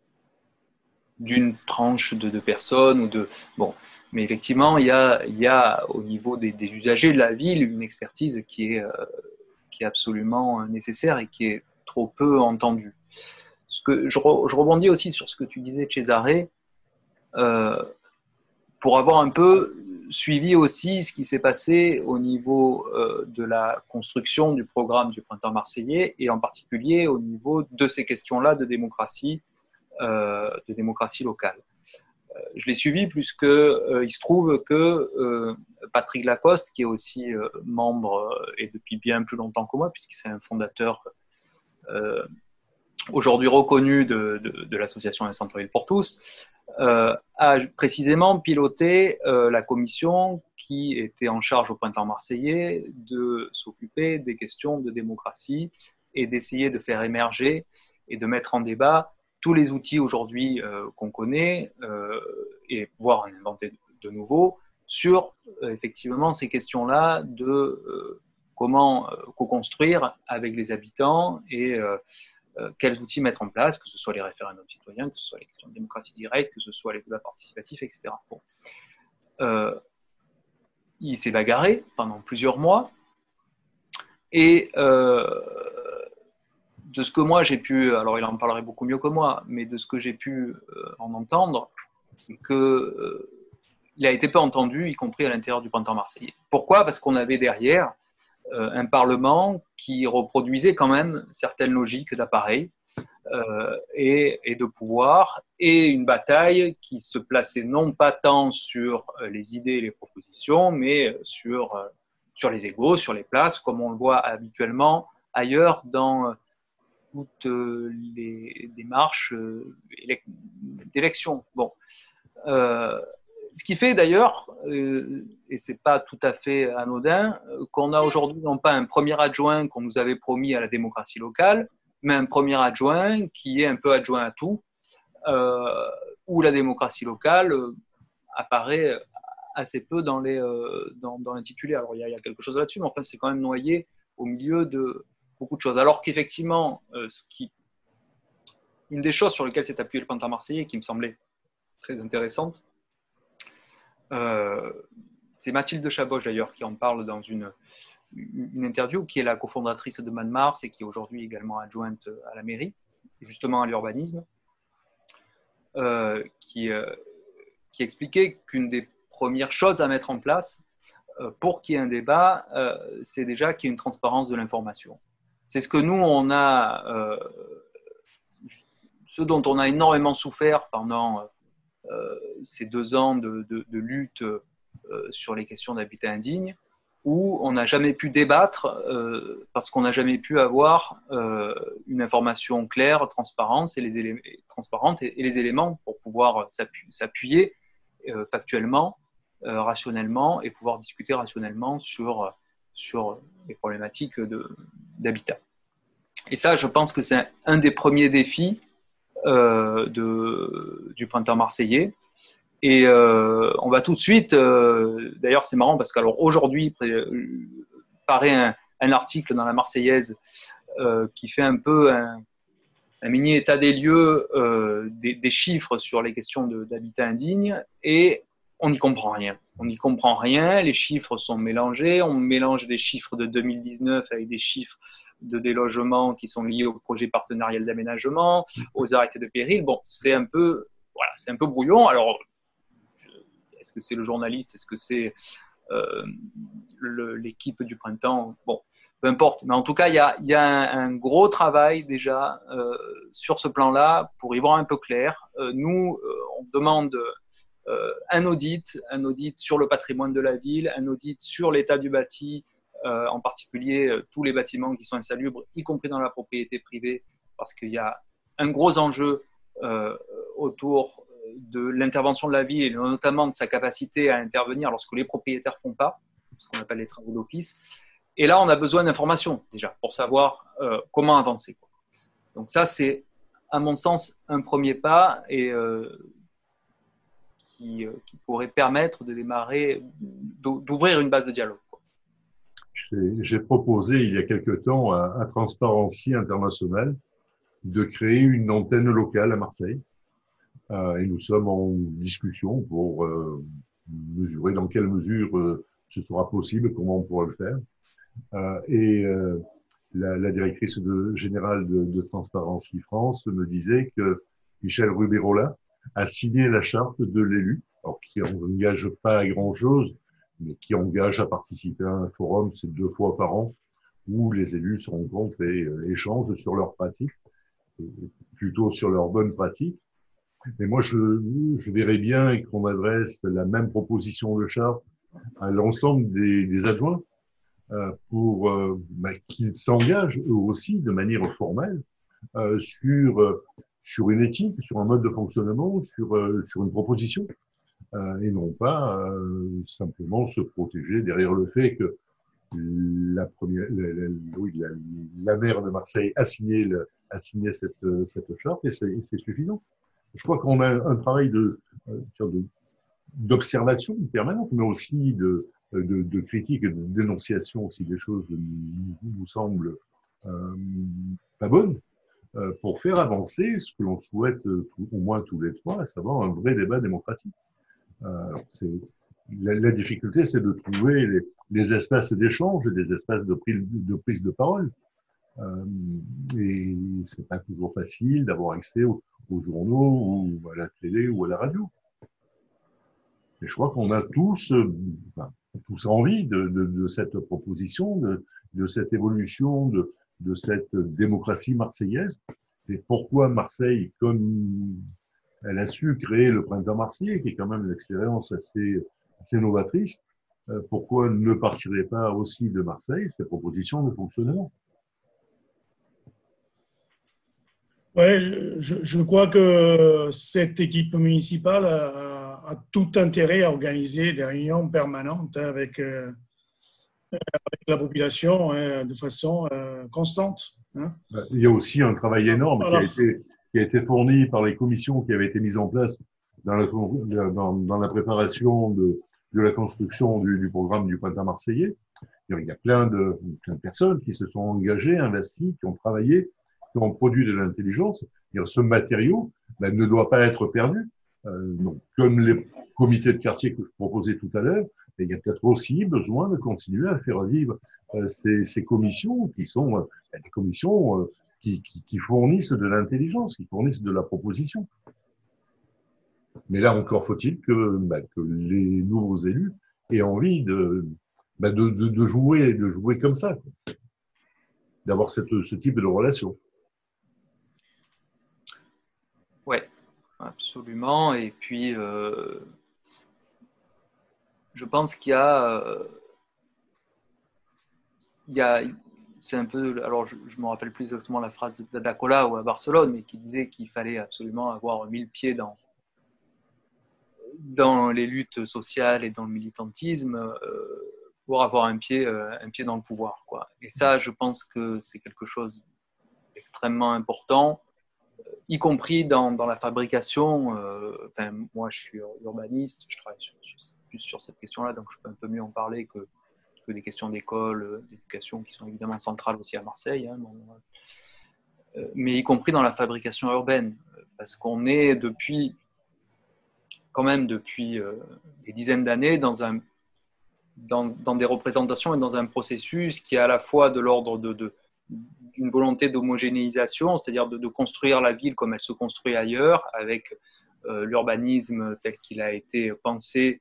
C: d'une tranche de, de personnes ou de bon, mais effectivement il y a, il y a au niveau des, des usagers de la ville une expertise qui est, euh, qui est absolument nécessaire et qui est trop peu entendue. Ce que je, re, je rebondis aussi sur ce que tu disais, Cesare, euh, pour avoir un peu suivi aussi ce qui s'est passé au niveau euh, de la construction du programme du Printemps Marseillais, et en particulier au niveau de ces questions-là de démocratie, euh, de démocratie locale. Euh, je l'ai suivi puisque euh, il se trouve que euh, Patrick Lacoste, qui est aussi euh, membre euh, et depuis bien plus longtemps que moi, puisque c'est un fondateur euh, aujourd'hui reconnu de, de, de l'association Un centre-ville pour tous, euh, a précisément piloté euh, la commission qui était en charge au Printemps Marseillais de s'occuper des questions de démocratie et d'essayer de faire émerger et de mettre en débat tous les outils aujourd'hui euh, qu'on connaît euh, et voire en inventer de, de nouveaux sur euh, effectivement ces questions-là de euh, comment euh, co-construire avec les habitants et euh, Euh, quels outils mettre en place, que ce soit les référendums citoyens, que ce soit les questions de démocratie directe, que ce soit les débats participatifs, et cetera. Bon. Euh, il s'est bagarré pendant plusieurs mois, et euh, de ce que moi j'ai pu, alors il en parlerait beaucoup mieux que moi, mais de ce que j'ai pu euh, en entendre, c'est qu'il euh, a été peu entendu, y compris à l'intérieur du Printemps Marseillais. Pourquoi ? Parce qu'on avait derrière un Parlement qui reproduisait quand même certaines logiques d'appareil euh, et, et de pouvoir, et une bataille qui se plaçait non pas tant sur les idées et les propositions, mais sur, sur les égos, sur les places, comme on le voit habituellement ailleurs dans toutes les démarches d'élection. Bon. Euh, Ce qui fait d'ailleurs, euh, et ce n'est pas tout à fait anodin, euh, qu'on a aujourd'hui non pas un premier adjoint qu'on nous avait promis à la démocratie locale, mais un premier adjoint qui est un peu adjoint à tout, euh, où la démocratie locale euh, apparaît assez peu dans, les, euh, dans, dans l'intitulé. Alors il y, a, il y a quelque chose là-dessus, mais enfin c'est quand même noyé au milieu de beaucoup de choses. Alors qu'effectivement, euh, ce qui, une des choses sur lesquelles s'est appuyé le Printemps Marseillais, qui me semblait très intéressante, Euh, c'est Mathilde Chaboche d'ailleurs qui en parle dans une, une interview, qui est la cofondatrice de Man Mars et qui est aujourd'hui également adjointe à la mairie, justement à l'urbanisme, euh, qui, euh, qui expliquait qu'une des premières choses à mettre en place euh, pour qu'il y ait un débat, euh, c'est déjà qu'il y ait une transparence de l'information. C'est ce que nous, on a, euh, ce dont on a énormément souffert pendant Euh, ces deux ans de, de, de lutte euh, sur les questions d'habitat indigne, où on n'a jamais pu débattre euh, parce qu'on n'a jamais pu avoir euh, une information claire, transparente et les, éléments, transparente et, et les éléments pour pouvoir s'appuyer, s'appuyer euh, factuellement, euh, rationnellement, et pouvoir discuter rationnellement sur, sur les problématiques de, d'habitat. Et ça, je pense que c'est un, un des premiers défis Euh, de, du Printemps Marseillais. Et euh, on va tout de suite, euh, d'ailleurs c'est marrant parce qu'aujourd'hui paraît un, un article dans la Marseillaise euh, qui fait un peu un, un mini état des lieux euh, des, des chiffres sur les questions de, d'habitat indigne, et on n'y comprend rien. On n'y comprend rien, les chiffres sont mélangés, on mélange des chiffres de deux mille dix-neuf avec des chiffres de délogement qui sont liés au projet partenarial d'aménagement, aux arrêtés de péril. Bon, c'est un peu, voilà, c'est un peu brouillon. Alors, je, est-ce que c'est le journaliste, est-ce que c'est euh, le, l'équipe du printemps. Bon, peu importe. Mais en tout cas, il y a, il y a un, un gros travail déjà euh, sur ce plan-là pour y voir un peu clair. Euh, nous, euh, on demande euh, un audit, un audit sur le patrimoine de la ville, un audit sur l'état du bâti, euh, en particulier euh, tous les bâtiments qui sont insalubres, y compris dans la propriété privée, parce qu'il y a un gros enjeu euh, autour de l'intervention de la ville et notamment de sa capacité à intervenir lorsque les propriétaires ne font pas, ce qu'on appelle les travaux d'office. Et là, on a besoin d'informations déjà pour savoir euh, comment avancer. Donc ça, c'est à mon sens un premier pas et euh, qui, euh, qui pourrait permettre de démarrer, d'ouvrir une base de dialogue.
B: J'ai, j'ai proposé il y a quelque temps à, à Transparency International de créer une antenne locale à Marseille. Euh, et nous sommes en discussion pour euh, mesurer dans quelle mesure euh, ce sera possible, comment on pourra le faire. Euh, et euh, la, la directrice de, générale de, de Transparency France me disait que Michel Ruberola a signé la charte de l'élu, alors qui n'engage pas à grand-chose, mais qui engage à participer à un forum, c'est deux fois par an, où les élus se rencontrent et euh, échangent sur leurs pratiques, et plutôt sur leurs bonnes pratiques. Et moi, je, je verrais bien qu'on adresse la même proposition de charte à l'ensemble des, des adjoints euh, pour euh, bah, qu'ils s'engagent eux aussi de manière formelle euh, sur euh, sur une éthique, sur un mode de fonctionnement, sur euh, sur une proposition, euh, et non pas euh, simplement se protéger derrière le fait que la première, la, la, oui, la, la maire de Marseille a signé le, a signé cette cette charte et c'est, c'est suffisant. Je crois qu'on a un travail de, de d'observation permanente, mais aussi de, de, de critique et de dénonciation si des choses nous, nous semblent euh, pas bonnes, euh, pour faire avancer ce que l'on souhaite tout, au moins tous les trois, à savoir un vrai débat démocratique. Euh, c'est, la, la difficulté, c'est de trouver les, les espaces d'échange et des espaces de prise de, prise de parole. Euh, et c'est pas toujours facile d'avoir accès aux, aux journaux ou à la télé ou à la radio. Et je crois qu'on a tous, euh, enfin, tous envie de, de, de cette proposition, de, de cette évolution, de, de cette démocratie marseillaise. Et pourquoi Marseille, comme elle a su créer le printemps marseillais, qui est quand même une expérience assez, assez novatrice, euh, pourquoi ne partirait pas aussi de Marseille cette proposition de fonctionnement?
D: Oui, je, je crois que cette équipe municipale a, a tout intérêt à organiser des réunions permanentes avec, euh, avec la population hein, de façon euh, constante. Hein.
B: Il y a aussi un travail énorme qui a, été, qui a été fourni par les commissions qui avaient été mises en place dans la, dans, dans la préparation de, de la construction du, du programme du printemps marseillais. Il y a plein de, plein de personnes qui se sont engagées, investies, qui ont travaillé, qui ont produit de l'intelligence. Ce matériau ben, ne doit pas être perdu. Euh, donc, comme les comités de quartier que je proposais tout à l'heure, il y a peut-être aussi besoin de continuer à faire vivre euh, ces, ces commissions qui sont euh, des commissions euh, qui, qui, qui fournissent de l'intelligence, qui fournissent de la proposition. Mais là encore faut-il que, ben, que les nouveaux élus aient envie de, ben, de, de, de jouer, de jouer comme ça, quoi. D'avoir cette, ce type de relation.
C: Oui, absolument. Et puis, euh, je pense qu'il y a, euh, il y a, c'est un peu, alors je ne me rappelle plus exactement la phrase d'Ada Colau à Barcelone, mais qui disait qu'il fallait absolument avoir mille pieds dans, dans les luttes sociales et dans le militantisme euh, pour avoir un pied, euh, un pied dans le pouvoir, quoi. Et ça, je pense que c'est quelque chose d'extrêmement important, y compris dans, dans la fabrication. Euh, enfin, moi, je suis urbaniste, je travaille sur, sur, plus sur cette question-là, donc je peux un peu mieux en parler que, que des questions d'école, d'éducation, qui sont évidemment centrales aussi à Marseille, hein, bon, euh, mais y compris dans la fabrication urbaine, parce qu'on est depuis, quand même depuis euh, des dizaines d'années, dans, un, dans, dans des représentations et dans un processus qui est à la fois de l'ordre de, de d'une volonté d'homogénéisation, c'est-à-dire de, de construire la ville comme elle se construit ailleurs, avec euh, l'urbanisme tel qu'il a été pensé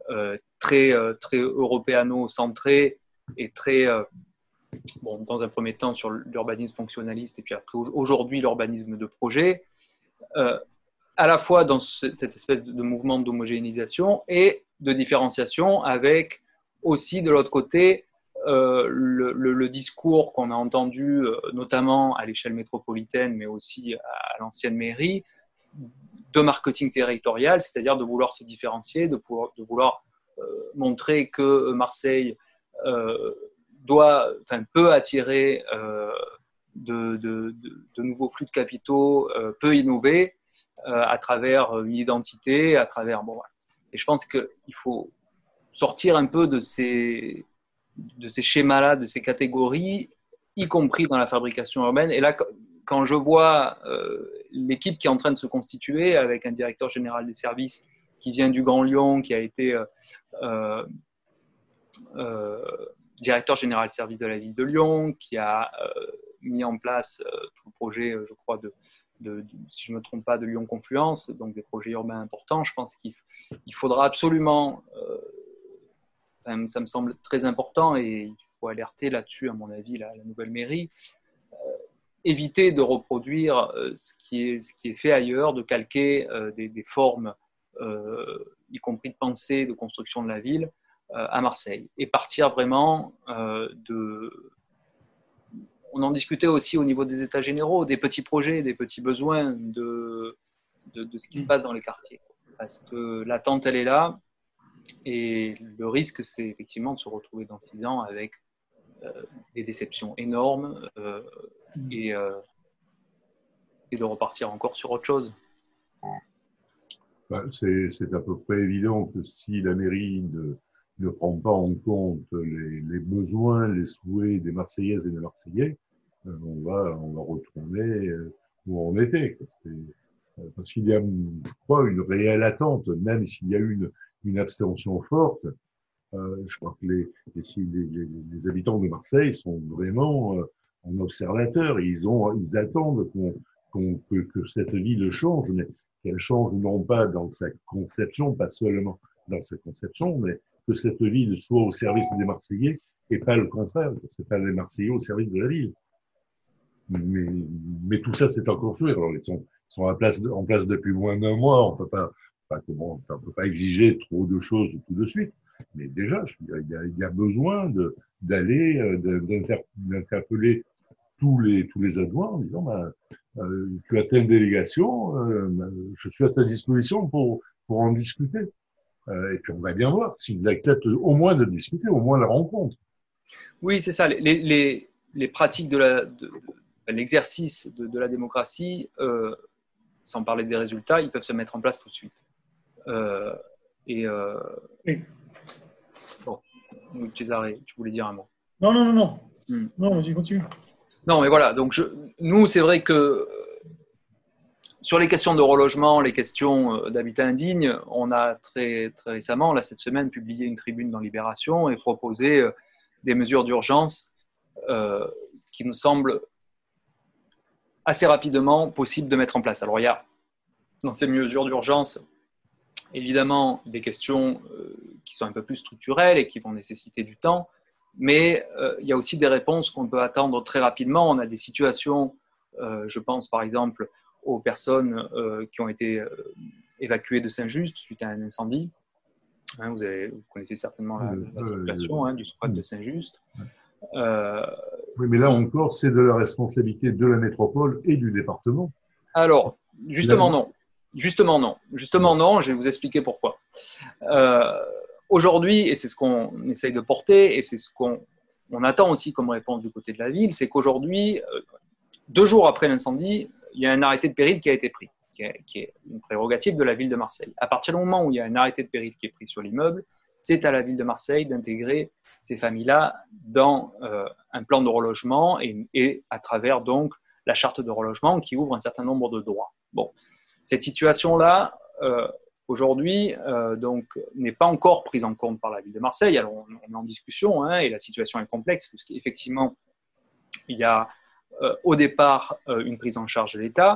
C: euh, très, euh, très européano-centré et très, euh, bon, dans un premier temps sur l'urbanisme fonctionnaliste et puis après aujourd'hui l'urbanisme de projet, euh, à la fois dans cette espèce de mouvement d'homogénéisation et de différenciation, avec aussi de l'autre côté euh, le, le, le discours qu'on a entendu euh, notamment à l'échelle métropolitaine mais aussi à, à l'ancienne mairie de marketing territorial, c'est-à-dire de vouloir se différencier, de, pouvoir, de vouloir euh, montrer que Marseille euh, doit, enfin, peut attirer euh, de, de, de, de nouveaux flux de capitaux, euh, peut innover euh, à travers une identité, à travers... Bon, voilà. Et je pense qu'il faut sortir un peu de ces, de ces schémas-là, de ces catégories, y compris dans la fabrication urbaine. Et là, quand je vois euh, l'équipe qui est en train de se constituer avec un directeur général des services qui vient du Grand Lyon, qui a été euh, euh, euh, directeur général de service de la ville de Lyon, qui a euh, mis en place euh, tout le projet, je crois, de, de, de, si je ne me trompe pas, de Lyon Confluence, donc des projets urbains importants. Je pense qu'il il faudra absolument, euh, enfin, ça me semble très important et il faut alerter là-dessus, à mon avis, la, la nouvelle mairie, euh, éviter de reproduire euh, ce, qui est, ce qui est fait ailleurs, de calquer euh, des, des formes, euh, y compris de pensée, de construction de la ville, euh, à Marseille. Et partir vraiment euh, de... On en discutait aussi au niveau des états généraux, des petits projets, des petits besoins de, de, de ce qui se passe dans les quartiers. Parce que l'attente, elle est là. Et le risque, c'est effectivement de se retrouver dans six ans avec euh, des déceptions énormes euh, et, euh, et de repartir encore sur autre chose.
B: Ben, c'est, c'est à peu près évident que si la mairie ne, ne prend pas en compte les, les besoins, les souhaits des Marseillaises et des Marseillais, euh, on va, on va retourner euh, où on était. C'est, euh, parce qu'il y a, je crois, une réelle attente, même s'il y a eu une, une abstention forte. Euh, je crois que les, les, les, les habitants de Marseille sont vraiment euh, en observateurs. Et ils ont, ils attendent qu'on, qu'on, que, que cette ville change, mais qu'elle change non pas dans sa conception, pas seulement dans sa conception, mais que cette ville soit au service des Marseillais et pas le contraire, que c'est pas les Marseillais au service de la ville. Mais, mais tout ça, c'est en construire. Alors, ils sont, ils sont en place, en place depuis moins d'un mois. On peut pas, pas comment, on peut pas exiger trop de choses tout de suite. Mais déjà, je veux dire, il y a, il y a besoin de, d'aller, d'inter, d'interpeller tous les, tous les adjoints en disant, ben, euh, tu as telle délégation, euh, je suis à ta disposition pour, pour en discuter. Euh, et puis, on va bien voir s'ils acceptent au moins de discuter, au moins la rencontre.
C: Oui, c'est ça. Les, les, les pratiques de la, de, de l'exercice de, de la démocratie, euh, sans parler des résultats, ils peuvent se mettre en place tout de suite. Euh, et euh,
D: oui.
C: Bon, César, tu voulais dire un mot?
D: Non, non, non, non.
C: Hmm.
D: Non, vas-y, continue.
C: Non, mais voilà. Donc, je, nous, c'est vrai que sur les questions de relogement, les questions d'habitat indigne, on a très, très récemment, là, cette semaine, publié une tribune dans Libération et proposé des mesures d'urgence euh, qui nous semblent assez rapidement possibles de mettre en place. Alors, il y a dans ces mesures d'urgence, évidemment, des questions euh, qui sont un peu plus structurelles et qui vont nécessiter du temps, mais euh, il y a aussi des réponses qu'on peut attendre très rapidement. On a des situations, euh, je pense par exemple aux personnes euh, qui ont été euh, évacuées de Saint-Just suite à un incendie. Hein, vous, avez, vous connaissez certainement la, la situation hein, du squat de Saint-Just. Euh,
B: oui, mais là encore, c'est de la responsabilité de la métropole et du département.
C: Alors, justement là, non. Justement non. Justement non, je vais vous expliquer pourquoi. Euh, aujourd'hui, et c'est ce qu'on essaye de porter, et c'est ce qu'on on attend aussi comme réponse du côté de la ville, c'est qu'aujourd'hui, deux jours après l'incendie, il y a un arrêté de péril qui a été pris, qui est, qui est une prérogative de la ville de Marseille. À partir du moment où il y a un arrêté de péril qui est pris sur l'immeuble, c'est à la ville de Marseille d'intégrer ces familles-là dans euh, un plan de relogement et, et à travers donc la charte de relogement qui ouvre un certain nombre de droits. Bon. Cette situation-là, euh, aujourd'hui, euh, donc, n'est pas encore prise en compte par la ville de Marseille. Alors, on, on est en discussion hein, et la situation est complexe parce qu'effectivement, il y a euh, au départ euh, une prise en charge de l'État,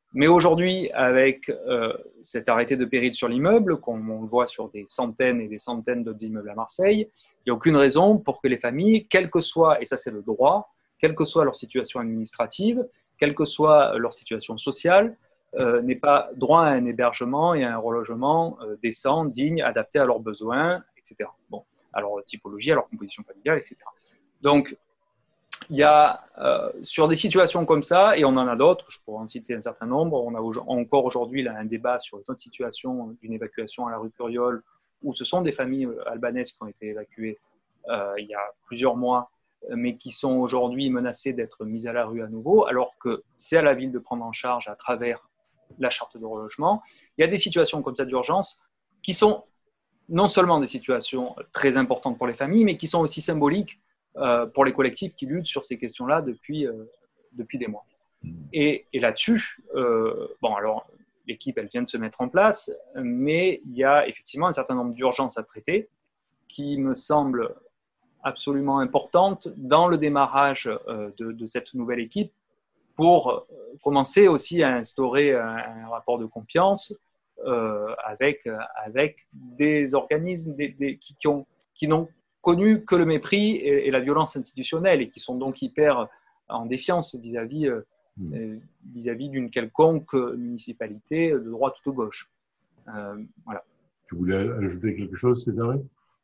C: Mais aujourd'hui, avec euh, cet arrêté de péril sur l'immeuble, comme on le voit sur des centaines et des centaines d'autres immeubles à Marseille, il n'y a aucune raison pour que les familles, quel que soit, et ça c'est le droit, quelle que soit leur situation administrative, quelle que soit leur situation sociale, euh, n'aient pas droit à un hébergement et à un relogement euh, décent, digne, adapté à leurs besoins, et cetera. Bon, à leur typologie, à leur composition familiale, et cetera. Donc, il y a, euh, sur des situations comme ça, et on en a d'autres, je pourrais en citer un certain nombre, on a encore aujourd'hui là, un débat sur une autre situation d'une évacuation à la rue Curiole, où ce sont des familles albanaises qui ont été évacuées euh, il y a plusieurs mois, mais qui sont aujourd'hui menacées d'être mises à la rue à nouveau, alors que c'est à la ville de prendre en charge à travers la charte de relogement. Il y a des situations comme ça d'urgence qui sont non seulement des situations très importantes pour les familles, mais qui sont aussi symboliques euh, pour les collectifs qui luttent sur ces questions-là depuis, euh, depuis des mois. Et, et là-dessus, euh, bon alors, l'équipe, elle vient de se mettre en place, mais il y a effectivement un certain nombre d'urgences à traiter qui me semblent absolument importantes dans le démarrage euh, de, de cette nouvelle équipe pour euh, commencer aussi à instaurer un, un rapport de confiance euh, avec, avec des organismes des, des, qui, qui, ont, qui n'ont connu que le mépris et, et la violence institutionnelle et qui sont donc hyper en défiance vis-à-vis, euh, mmh. vis-à-vis d'une quelconque municipalité de droite ou de gauche. Euh, voilà.
B: Tu voulais ajouter quelque chose, Césarée ?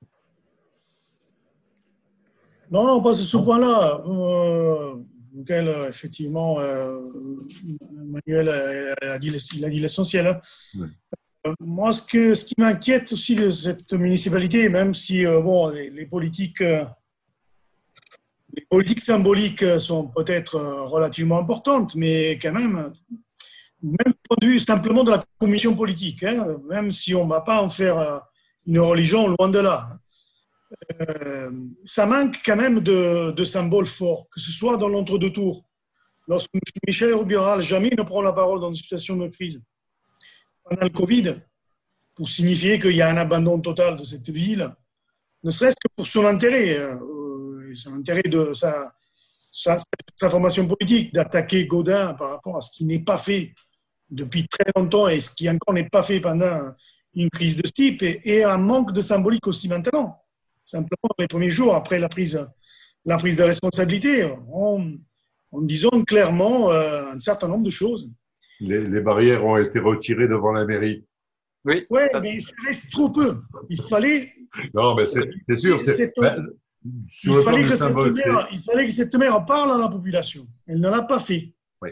D: Non, non, pas sur ce point-là. Euh, lequel, effectivement, euh, Manuel a, a, dit, il a dit l'essentiel. Hein. Oui. Euh, moi, ce, que, ce qui m'inquiète aussi de cette municipalité, même si euh, bon, les, les, politiques, euh, les politiques symboliques sont peut-être euh, relativement importantes, mais quand même, même produit simplement de la commission politique, hein, même si on ne va pas en faire euh, une religion, loin de là. Euh, ça manque quand même de, de symboles forts, que ce soit dans l'entre-deux tours. Lorsque Michel Rubiral jamais ne prend la parole dans une situation de crise, pendant le Covid, pour signifier qu'il y a un abandon total de cette ville, ne serait-ce que pour son intérêt, euh, son intérêt de sa, sa, sa formation politique, d'attaquer Gaudin par rapport à ce qui n'est pas fait depuis très longtemps et ce qui encore n'est pas fait pendant une crise de ce type, et, et un manque de symbolique aussi maintenant. Simplement, les premiers jours après la prise, la prise de responsabilité, en, en disant clairement euh, un certain nombre de choses.
B: Les, les barrières ont été retirées devant la mairie.
C: Oui.
D: Oui, mais ça reste trop peu. Il fallait.
B: Non, mais c'est, c'est sûr. C'est,
D: c'est,
B: ben,
D: il, fallait que symbole, cette maire, il fallait que cette maire parle à la population. Elle ne l'a pas fait.
B: Oui.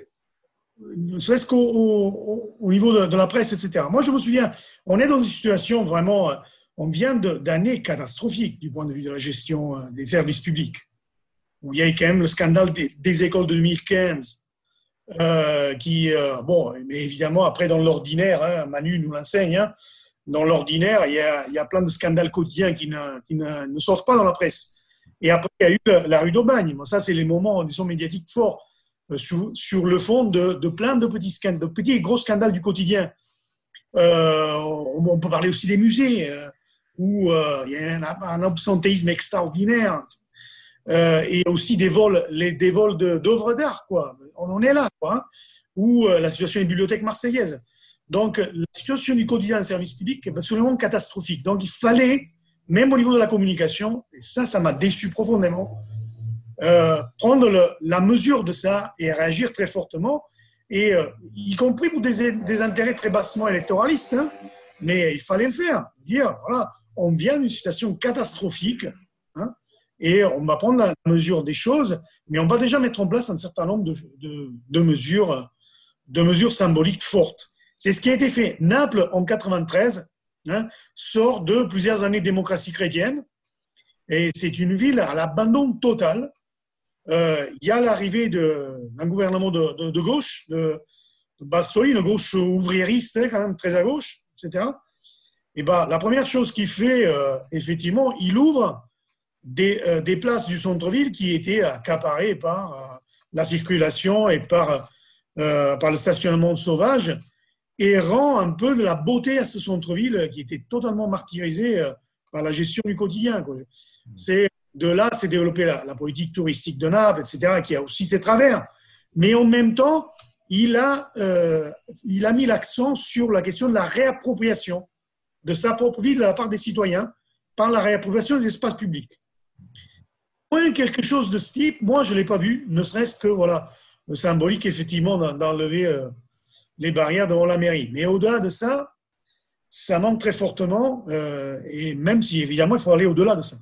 D: Ne serait-ce qu'au au, au niveau de, de la presse, et cetera. Moi, je me souviens, on est dans une situation vraiment. On vient de, d'années catastrophiques du point de vue de la gestion des services publics, où il y a eu quand même le scandale des, des écoles de deux mille quinze, euh, qui, euh, bon, mais évidemment, après, dans l'ordinaire, hein, Manu nous l'enseigne, hein, dans l'ordinaire, il y, a, il y a plein de scandales quotidiens qui, ne, qui ne, ne sortent pas dans la presse. Et après, il y a eu la, la rue d'Aubagne. Bon, ça, c'est les moments, disons, médiatiques forts, euh, sur, sur le fond de, de plein de petits, scandales, de petits et gros scandales du quotidien. Euh, on, on peut parler aussi des musées, euh, où euh, il y a un, un absentéisme extraordinaire, euh, et aussi des vols, les, des vols de, d'œuvres d'art, quoi. On en est là, quoi, hein, ou euh, la situation des bibliothèques marseillaises. Donc, la situation du quotidien des services publics est absolument catastrophique. Donc, il fallait, même au niveau de la communication, et ça, ça m'a déçu profondément, euh, prendre le, la mesure de ça et réagir très fortement, et euh, y compris pour des, des intérêts très bassement électoralistes, hein, mais il fallait le faire. Dire, voilà, on vient d'une situation catastrophique, hein, et on va prendre la mesure des choses, mais on va déjà mettre en place un certain nombre de, de, de, mesures, de mesures symboliques fortes. C'est ce qui a été fait. Naples, en quatre-vingt-treize, hein, sort de plusieurs années de démocratie chrétienne, et c'est une ville à l'abandon total. Euh, il y a l'arrivée d'un gouvernement de, de, de gauche, de, de Bastoni, une gauche ouvriériste, hein, quand même très à gauche, et cetera. Et ben, la première chose qu'il fait, euh, effectivement, il ouvre des, euh, des places du centre-ville qui étaient accaparées par euh, la circulation et par, euh, par le stationnement sauvage, et rend un peu de la beauté à ce centre-ville qui était totalement martyrisé euh, par la gestion du quotidien, quoi. C'est, de là, c'est développé la, la politique touristique de Naples, et cetera, qui a aussi ses travers. Mais en même temps, il a, euh, il a mis l'accent sur la question de la réappropriation de sa propre ville de la part des citoyens par la réappropriation des espaces publics. Point quelque chose de ce type, moi je ne l'ai pas vu, ne serait-ce que voilà, le symbolique effectivement d'enlever euh, les barrières devant la mairie. Mais au-delà de ça, ça manque très fortement, euh, et même si évidemment il faut aller au-delà de ça.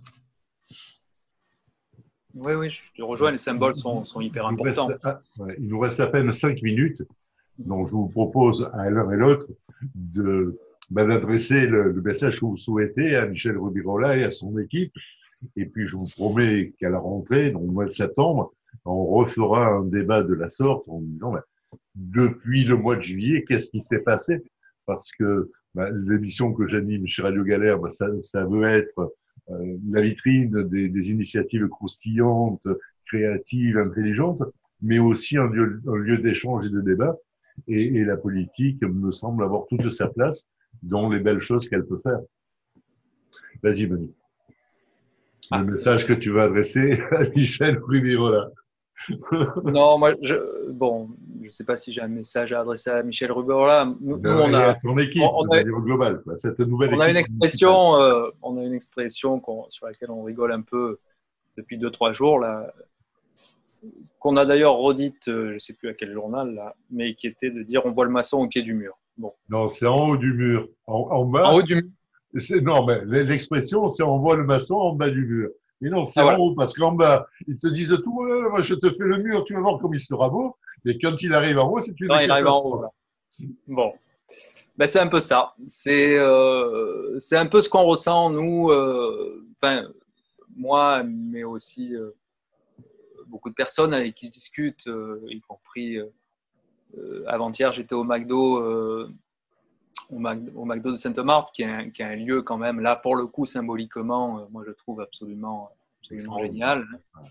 C: Oui, oui, je te rejoins, les symboles sont, sont hyper
B: il
C: importants.
B: Reste, ah, ouais, il nous reste à peine cinq minutes, donc je vous propose à l'un et l'autre de, ben, d'adresser le, le message que vous souhaitez à Michel Rubirola et à son équipe. Et puis je vous promets qu'à la rentrée, donc au mois de septembre, on refera un débat de la sorte en disant ben, depuis le mois de juillet, qu'est-ce qui s'est passé? Parce que ben, l'émission que j'anime chez Radio Galère, ben, ça, ça veut être euh, la vitrine des, des initiatives croustillantes, créatives, intelligentes, mais aussi un lieu, un lieu d'échange et de débat. Et, et la politique me semble avoir toute sa place dans les belles choses qu'elle peut faire. Vas-y, Manu. Le ah. message que tu vas adresser à Michel Rubirola.
C: Non, moi, je, bon, je ne sais pas si j'ai un message à adresser à Michel Rubirola. Nous, nous
B: on a son équipe, on a, global, quoi. Cette nouvelle
C: on a une expression, euh, on a une expression sur laquelle on rigole un peu depuis deux trois jours là, qu'on a d'ailleurs redite, je ne sais plus à quel journal là, mais qui était de dire on voit le maçon au pied du mur. Bon.
B: Non, c'est en haut du mur, en, en bas.
C: En haut du mur.
B: Non, mais l'expression, c'est on voit le maçon en bas du mur. Mais non, c'est ah, en voilà. haut, parce qu'en bas, ils te disent tout, ouais, moi, je te fais le mur, tu vas voir comme il sera beau. Et quand il arrive en haut, c'est une
C: Non, il arrive en haut. Là. Bon. Ben, c'est un peu ça. C'est euh, c'est un peu ce qu'on ressent, nous, euh, enfin, moi, mais aussi euh, beaucoup de personnes avec qui je discute, euh, y compris euh, avant-hier, j'étais au McDo. Euh, Au McDo de Sainte-Marthe, qui, qui est un lieu quand même, là pour le coup symboliquement, euh, moi je trouve absolument, absolument génial,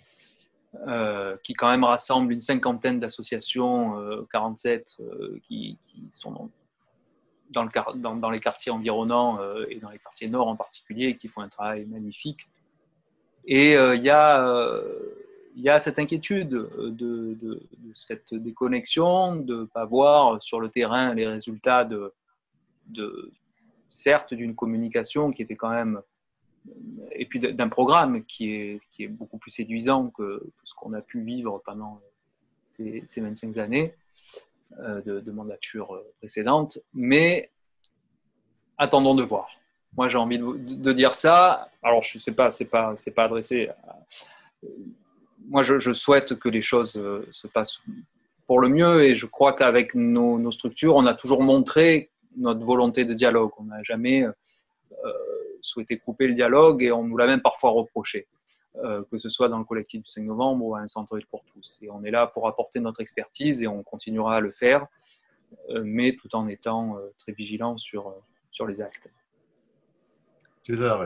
C: euh, qui quand même rassemble une cinquantaine d'associations, euh, quarante-sept, euh, qui, qui sont dans, dans, le, dans, dans les quartiers environnants euh, et dans les quartiers nord en particulier, qui font un travail magnifique. Et il euh, y, euh, y a cette inquiétude de, de, de cette déconnexion, de ne pas voir sur le terrain les résultats de De, certes d'une communication qui était quand même, et puis d'un programme qui est, qui est beaucoup plus séduisant que, que ce qu'on a pu vivre pendant ces, ces vingt-cinq années euh, de, de mandature précédente, mais attendons de voir. Moi j'ai envie de, de dire ça, alors je ne sais pas, c'est pas, c'est pas adressé à, moi je, je souhaite que les choses se passent pour le mieux, et je crois qu'avec nos, nos structures, on a toujours montré notre volonté de dialogue. On n'a jamais euh, souhaité couper le dialogue, et on nous l'a même parfois reproché, euh, que ce soit dans le collectif du cinq novembre ou à un centre Île pour tous. Et on est là pour apporter notre expertise, et on continuera à le faire, euh, mais tout en étant euh, très vigilant sur, euh, sur les actes.
B: César.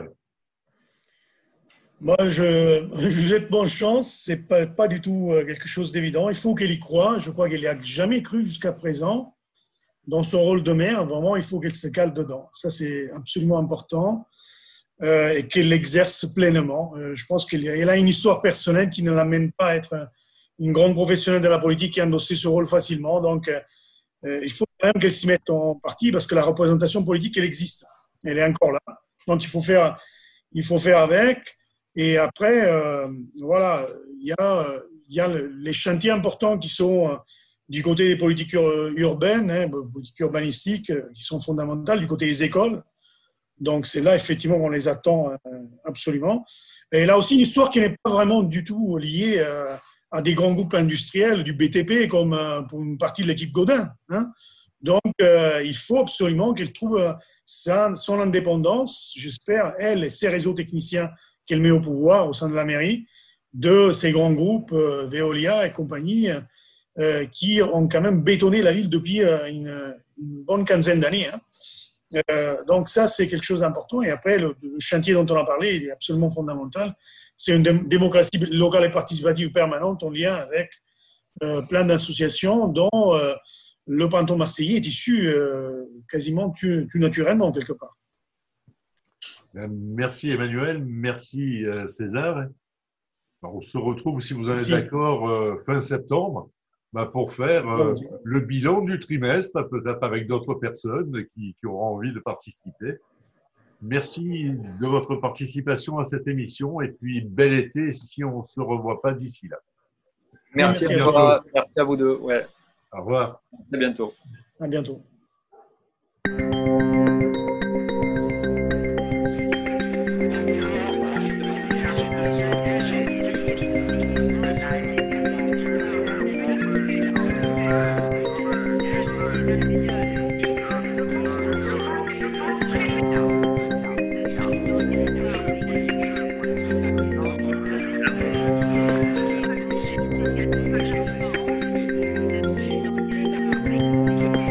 D: Moi, je, je vous souhaite bonne chance. Ce n'est pas, pas du tout quelque chose d'évident. Il faut qu'elle y croie. Je crois qu'elle n'y a jamais cru jusqu'à présent. Dans son rôle de maire, vraiment, il faut qu'elle se cale dedans. Ça, c'est absolument important, euh, et qu'elle l'exerce pleinement. Euh, je pense qu'elle a, elle a une histoire personnelle qui ne l'amène pas à être une grande professionnelle de la politique qui a endossé ce rôle facilement. Donc, euh, il faut quand même qu'elle s'y mette en partie, parce que la représentation politique, elle existe. Elle est encore là. Donc, il faut faire, il faut faire avec. Et après, euh, voilà, il y a, il y a les chantiers importants qui sont du côté des politiques urbaines, hein, politiques urbanistiques, qui sont fondamentales, du côté des écoles. Donc, c'est là, effectivement, qu'on les attend absolument. Et là aussi, une histoire qui n'est pas vraiment du tout liée à des grands groupes industriels, du B T P, comme pour une partie de l'équipe Godin. Hein. Donc, euh, il faut absolument qu'elle trouve sa, son indépendance, j'espère, elle et ses réseaux techniciens qu'elle met au pouvoir au sein de la mairie, de ces grands groupes, euh, Veolia et compagnie, euh, qui ont quand même bétonné la ville depuis euh, une, une bonne quinzaine d'années. Hein. Euh, donc ça, c'est quelque chose d'important. Et après, le, le chantier dont on a parlé, il est absolument fondamental. C'est une dé- démocratie locale et participative permanente en lien avec euh, plein d'associations dont euh, le canton marseillais est issu euh, quasiment tout, tout naturellement, quelque part.
B: Merci Emmanuel, merci euh, César. Alors, on se retrouve, si vous en êtes
D: Merci.
B: d'accord, euh, fin septembre. bah, pour faire euh, le bilan du trimestre, peut-être avec d'autres personnes qui, qui auront envie de participer. Merci de votre participation à cette émission et puis bel été si on ne se revoit pas d'ici là.
C: Merci, Merci, à, toi. Merci à vous deux. Ouais.
B: Au revoir.
C: À bientôt.
D: À bientôt.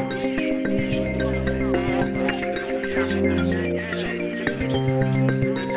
D: Thank you.